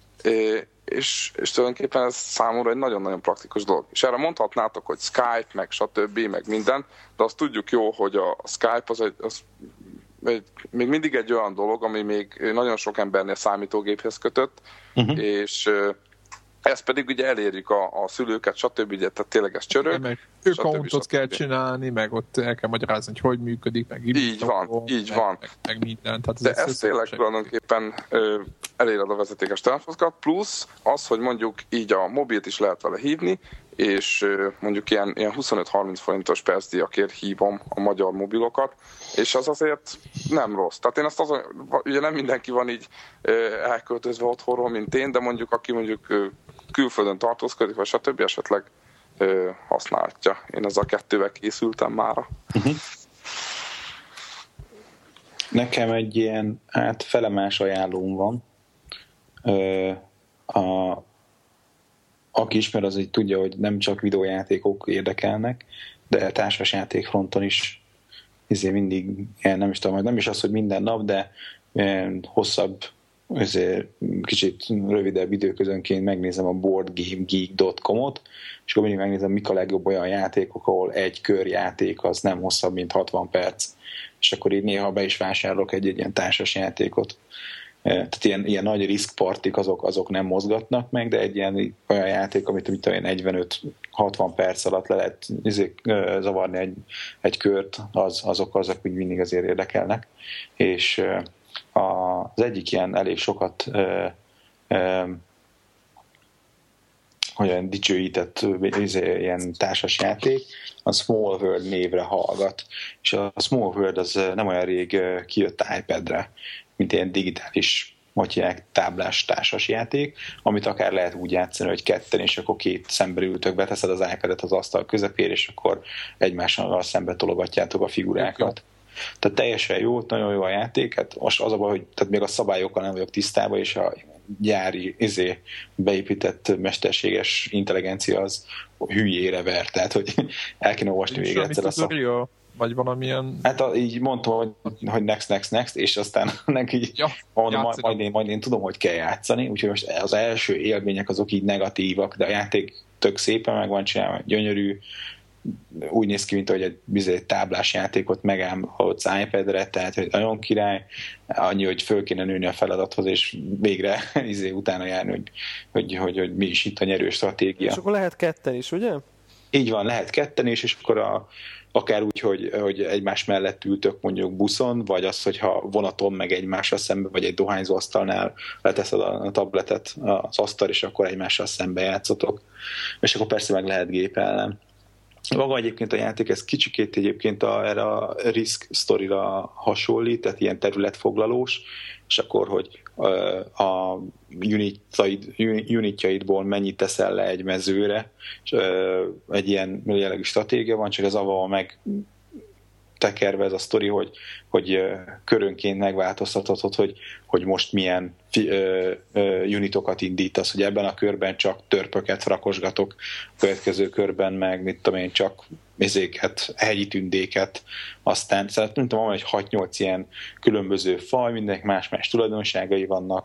és, és tulajdonképpen ez számomra egy nagyon-nagyon praktikus dolog. És erre mondhatnátok, hogy Skype, meg stb., meg minden, de azt tudjuk jó, hogy a Skype az, egy, az egy, még mindig egy olyan dolog, ami még nagyon sok embernél számítógéphez kötött, uh-huh. és ezt pedig ugye elérjük a, a szülőket, stb. Ugye, tehát tényleg ez csörög. Meg accountot kell csinálni, meg ott el kell magyarázni, hogy hogy működik, meg így van, van, így meg, van. Meg, meg minden. Tehát de ez tényleg tulajdonképpen ö, eléred a vezetékes telefonokat, plusz az, hogy mondjuk így a mobilt is lehet vele hívni, és ö, mondjuk ilyen, ilyen huszonöt-harminc forintos percdíjakért hívom a magyar mobilokat, és az azért nem rossz. Tehát én azt azon, ugye nem mindenki van így ö, elköltözve otthonról, mint én, de mondjuk aki mondjuk ö, külföldön tartózkodik, vagy stb. Esetleg ö, használhatja. Én ezzel a kettővel készültem mára. Uh-huh. Nekem egy ilyen hát felemás ajánlóm van. Ö, a, aki ismer, az így tudja, hogy nem csak videójátékok érdekelnek, de társasjáték fronton is ezért mindig, nem is tudom, nem is az, hogy minden nap, de hosszabb, ezért kicsit rövidebb időközönként megnézem a boardgamegeek pont com-ot, és akkor mindig megnézem, mik a legjobb olyan játékok, ahol egy körjáték az nem hosszabb, mint hatvan perc. És akkor így néha be is vásárolok egy, egy ilyen társas játékot. Tehát ilyen, ilyen nagy riskpartik azok, azok nem mozgatnak meg, de egy ilyen olyan játék, amit mit tudom én, negyvenöt-hatvan perc alatt le lehet izék, zavarni egy, egy kört, az, azok azok úgy mindig azért érdekelnek. És az egyik ilyen elég sokat olyan dicsőített ilyen társas játék, a Small World névre hallgat. És a Small World az nem olyan rég kijött iPadre, mint ilyen digitális, hogy hívják, táblás társas játék, amit akár lehet úgy játszani, hogy ketten, és akkor két szembe ültök, beteszed az iPadet az asztal közepére, és akkor egymással szembe tologatjátok a figurákat. Tehát teljesen jó, nagyon jó a játék, hát most az a baj, hogy tehát még a szabályokkal nem vagyok tisztában, és a gyári izé, beépített mesterséges intelligencia az hülyére ver, tehát hogy el kéne olvasni még egyszer a szabályokat. Vagy valamilyen... Hát a, így mondtam, hogy, hogy next, next, next, és aztán neki így ja, mondom, majd, majd, én, majd én tudom, hogy kell játszani, úgyhogy most az első élmények azok így negatívak, de a játék tök szépen meg van csinálva, gyönyörű, úgy néz ki, mint hogy egy bizony táblás játékot megállhatsz iPadre, tehát hogy nagyon király, annyi, hogy föl kéne nőni a feladathoz, és végre izé utána járni, hogy, hogy, hogy, hogy mi is itt a nyerő stratégia. És akkor lehet ketten is, ugye? Így van, lehet ketten is, és akkor a akár úgy, hogy, hogy egymás mellett ültök mondjuk buszon, vagy az, hogyha vonaton meg egymással szembe, vagy egy dohányzó asztalnál leteszed a tabletet az asztal, és akkor egymással szembe játszotok. És akkor persze meg lehet gépelnem. Maga egyébként a játék, ez kicsikét egyébként a, erre a Risk Story-ra hasonlít, tehát ilyen területfoglalós, és akkor, hogy a unitjaid, unitjaidból mennyit teszel le egy mezőre, és egy ilyen jellegű stratégia van, csak az avval meg tekerve ez a sztori, hogy, hogy körönként megváltoztathatod, hogy, hogy most milyen ö, ö, unitokat indítasz, hogy ebben a körben csak törpöket rakosgatok, a következő körben meg, mit tudom én, csak mézéket, hegyi tündéket, aztán szerintem tudom, hogy hat-nyolc ilyen különböző faj, mindenek más-más tulajdonságai vannak,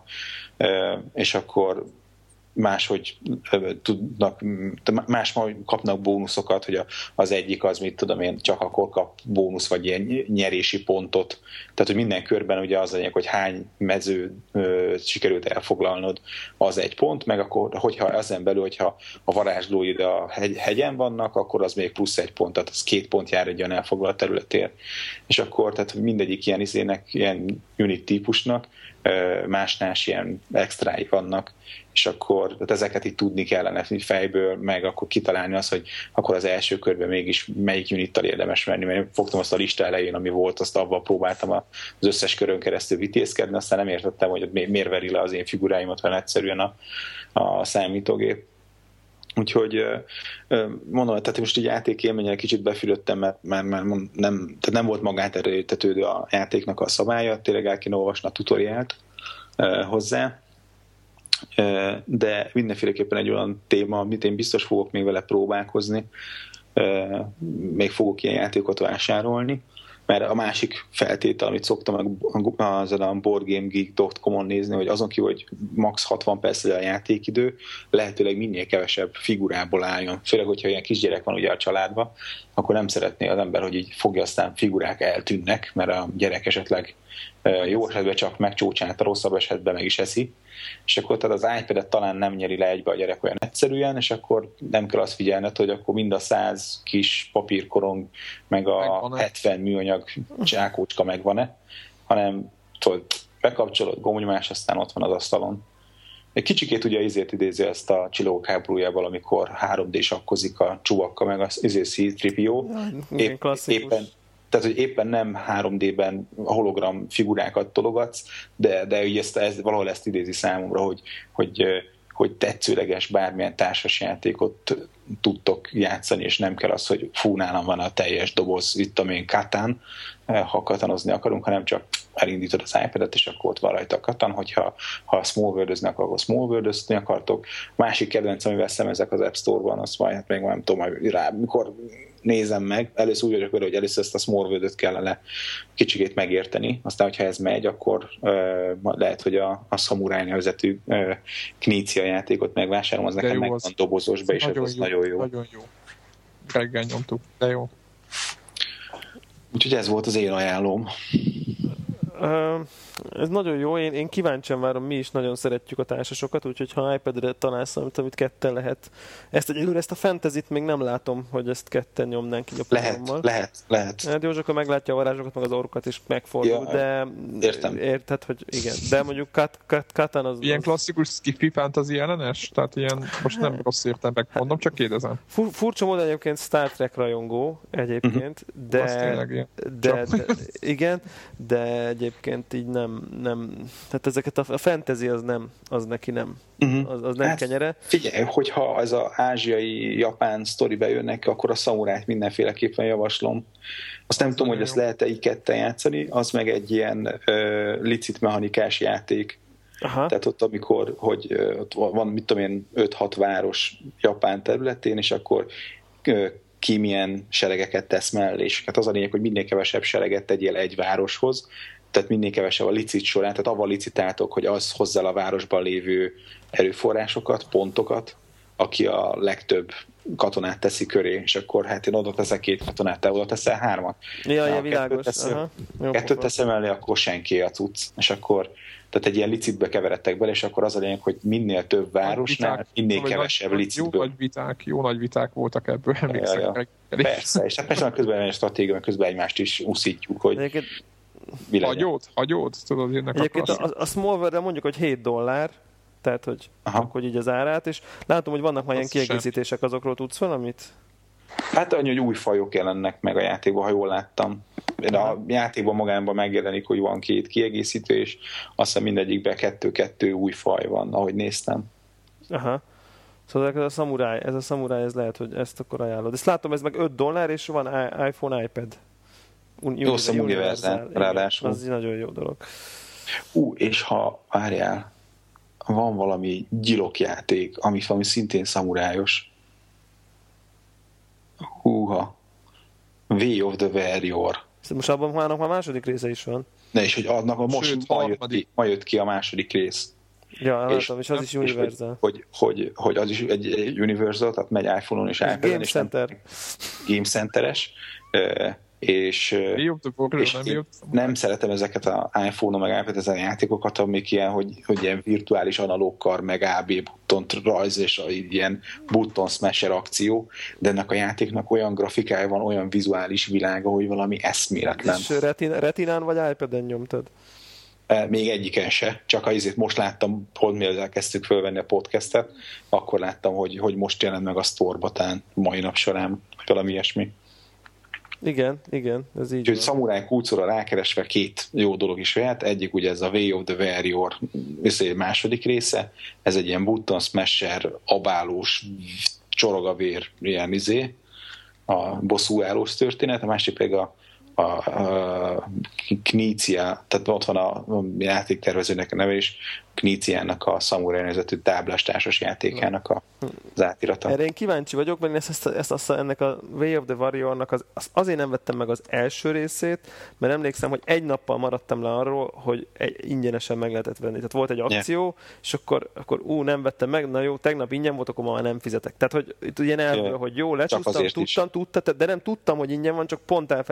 és akkor máshogy tudnak, más kapnak bónuszokat, hogy az egyik az, mit tudom én, csak akkor kap bónusz, vagy ilyen nyerési pontot. Tehát, hogy minden körben ugye az lényeg, hogy hány mező ö, sikerült elfoglalnod, az egy pont, meg akkor, hogyha ezen belül, hogyha a varázslóid a hegy, hegyen vannak, akkor az még plusz egy pont, tehát az két pont jár egy olyan elfoglalt területért. És akkor, tehát mindegyik ilyen izének, ilyen unit típusnak, más-más ilyen extrái vannak, és akkor tehát ezeket így tudni kellene fejből, meg akkor kitalálni azt, hogy akkor az első körben mégis melyik unittal érdemes menni, mert én fogtam azt a lista elején, ami volt, azt abban próbáltam az összes körön keresztül vitézkedni, aztán nem értettem, hogy miért veri le az én figuráimat, mert egyszerűen a, a számítógép. Úgyhogy mondom, tehát most így játékélménnyel kicsit befülöttem, mert, mert, mert nem, tehát nem volt magát erőltetődő a játéknak a szabálya, tényleg el kéne olvasni a tutoriált hozzá, de mindenféleképpen egy olyan téma, amit én biztos fogok még vele próbálkozni, még fogok ilyen játékokat vásárolni, mert a másik feltétel, amit szoktam azon a boardgamegeek pont com-on nézni, hogy azon kívül, hogy max. hatvan perc a játékidő, lehetőleg minél kevesebb figurából álljon. Főleg, hogyha ilyen kisgyerek van ugye a családban, akkor nem szeretné az ember, hogy így fogja, aztán figurák eltűnnek, mert a gyerek esetleg jó esetben csak megcsócsálta, rosszabb esetben meg is eszi. és akkor tehát az iPad-et talán nem nyeri le egybe a gyerek olyan egyszerűen, és akkor nem kell azt figyelned, hogy akkor mind a száz kis papírkorong, meg a megvan-e? hetven műanyag csákócska megvan-e, hanem tudod, bekapcsolod, gombnyomás, aztán ott van az asztalon. Egy kicsikét ugye izért idézi ezt a Csillagok háborújával, amikor három dé-sakkozik a Chewbacca, meg az izé cé tré pé ó. Épp, éppen, tehát, hogy éppen nem három dé-ben hologram figurákat tologatsz, de, de ugye ezt, ez, valahol ezt idézi számomra, hogy, hogy, hogy tetszőleges bármilyen társasjátékot tudtok játszani, és nem kell az, hogy fú, nálam van a teljes doboz, itt amilyen Katán, ha katanozni akarunk, hanem csak elindítod az iPad-et, és akkor ott van rajta a Katan, hogyha ha small world-öznek, akkor small world-özni akartok. Másik kedvenc, amivel szemezek az App Store-ban, azt majd hát még nem tudom, hogy rá, mikor nézem meg, először úgy vagyok vele, hogy először ezt a small world-öt kellene kicsikét megérteni, aztán, hogyha ez megy, akkor uh, lehet, hogy a, a Samurai nevezetű uh, Knícia játékot megvásárolom, az de nekem meg van dobozosba, és az nagyon jó. Nagyon jó. Reggel nyomtuk, de jó. Úgyhogy ez volt az én ajánlóm. Uh, ez nagyon jó, én, én kíváncsian várom, mi is nagyon szeretjük a társasokat, úgyhogy ha iPad-re találsz amit, amit ketten lehet. Ezt egyelőre, ezt a fantasy-t még nem látom, hogy ezt ketten nyomnánk így a programmal. Lehet, lehet, lehet. Hát Józsaka meglátja a varázsokat, meg az orkokat is megfordul, ja, de értem. Érted, hogy igen. De mondjuk Kat, Kat, Katan az... Ilyen az... klasszikus skiffy fantasy ellenes? Tehát ilyen, most nem rossz értelmek mondom, csak kérdezem. Fur, furcsa módon egyébként Star Trek rajongó egyébként, uh-huh. de, de, de igen, de egyébként így nem, nem, tehát ezeket a, a fantasy az nem, az neki nem, uh-huh. az, az nem hát, kenyere. Figyelj, hogyha ez az ázsiai, japán sztori bejönnek, akkor a szamurájt mindenféleképpen javaslom. Azt nem az tudom, hogy ezt lehet-e így ketten játszani, az meg egy ilyen uh, licit mechanikás játék. Aha. Tehát ott, amikor hogy, uh, ott van, mit tudom én, öt-hat város Japán területén, és akkor uh, ki milyen seregeket tesz mellé, és hát az a lényeg, hogy minél kevesebb sereget tegyél egy városhoz, tehát minél kevesebb a licit során, tehát avval licitáltok, hogy az hozzá a városban lévő erőforrásokat, pontokat, aki a legtöbb katonát teszi köré, és akkor hát én oda teszek két katonát, te oda teszel hármat. Ja, ja, világos. Kettőt teszem mellé, akkor senki a cucc. És akkor, tehát egy ilyen licitbe keveredtek bele, és akkor az a lényeg, hogy minél több városnál, minél kevesebb nagy, licitből. Jó nagy viták, jó nagy viták voltak ebből, emlékszem. Ja, ja. Persze, és hát persze közben egy stratégia, mert közben egymást is uszítjuk, hogy egyébként hagyód, hagyód, tudod, jönnek egyébként a, a, a Small World-re mondjuk, hogy hét dollár, tehát, hogy akkor így az árát, és látom, hogy vannak már ilyen kiegészítések, azokról tudsz valamit? Hát annyi, hogy új fajok jelennek meg a játékban, ha jól láttam. De a játékban magában megjelenik, hogy van két kiegészítő, és azt hiszem mindegyikben kettő-kettő új faj van, ahogy néztem. Aha. Szóval ez a Samurai, ez a Samurai, ez lehet, hogy ezt akkor ajánlod. Ezt látom, ez meg öt dollár, és van iPhone, iPad. Un- jó szem univerzál, ráadásul. Az nagyon jó dolog. Ú, és ha, várjál, van valami gyilokjáték, ami, ami szintén szamurájos. Húha. Way of the Warrior. Most abban már a második része is van. Ne, és hogy annak a most Sőt, ma, jött ki, ma jött ki a második rész. Ja, és, látom, és az is Universal. Hogy, hogy, hogy az is egy, egy Universal, tehát megy iPhone-on és iPad-en. Game Center. Game Center-es. És, és nem szeretem ezeket a iPhone-on meg iPad ezen játékokat, amik ilyen, hogy, hogy ilyen virtuális analógkar, meg á bé buttont rajz, és ilyen button smasher akció, de ennek a játéknak olyan grafikája van, olyan vizuális világa, hogy valami eszméletlen. És retin- retinán vagy iPad-en nyomtad? Még egyiken se, csak azért most láttam, pont mielőtt elkezdtük fölvenni a podcastet, akkor láttam, hogy, hogy most jelent meg a sztorba tán mai nap során, valami ilyesmi. Igen, igen, ez így Úgyhogy Samurai kulcra rákeresve két jó dolog is jöhet. Egyik ugye ez a Way of the Warrior második része, ez egy ilyen button smasher, abálós, csorogavér, ilyen izé, a bosszúállós történet, a másik pedig a a, a Knícia, tehát ott van a játéktervezőnek a neve is, Kníciának a Samurai nevezetű táblás társas játékának a, az átirata. Erre én kíváncsi vagyok, mert ezt, ezt, ezt, ezt ennek a Way of the Warriornak az, az, azért nem vettem meg az első részét, mert emlékszem, hogy egy nappal maradtam le arról, hogy egy, ingyenesen meg lehetett venni. Tehát volt egy akció, yeah. és akkor, akkor ú, nem vettem meg, na jó, tegnap ingyen volt, akkor már nem fizetek. Tehát, hogy itt ugye elvől, yeah. hogy jó, lecsúsztam, tudtam, tudtam, de nem tudtam, hogy ingyen van, csak pont elfelejtettem leülni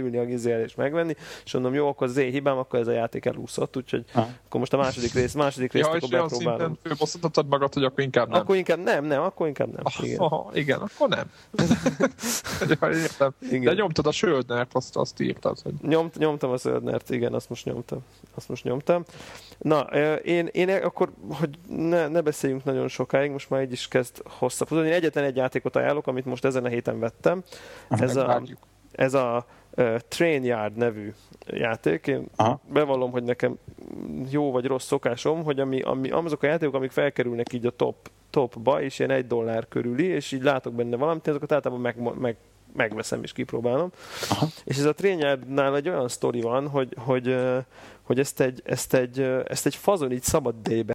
beülni a gizél és megvenni, és mondom, jó, akkor az én hibám, akkor ez a játék elúszott, úgyhogy ha. akkor most a második rész, második részt ja, akkor bepróbálom. Ja, és olyan szinten főbosszantottad magad, hogy akkor inkább nem. Akkor inkább nem, nem, akkor inkább nem. Igen, aha, igen akkor nem. ja, értem. Igen. De nyomtad a Söldnert, azt, azt írtad. Hogy... Nyomt, nyomtam a Söldnert, igen, azt most nyomtam. Azt most nyomtam. Na, én, én akkor, hogy ne, ne beszéljünk nagyon sokáig, most már így is kezd hosszabb. Én egyetlen egy játékot ajánlok, amit most ezen a héten vettem. Ez a, ez a uh, Train Yard nevű játék. Én Aha. bevallom, hogy nekem jó vagy rossz szokásom, hogy ami, ami, azok a játékok, amik felkerülnek így a top, topba, és ilyen egy dollár körüli, és így látok benne valamit, azokat általában meg, meg megveszem és kipróbálom. Aha. És ez a Train Yardnál egy olyan sztori van, hogy, hogy, hogy ezt, egy, ezt, egy, ezt egy fazon így szabad D-be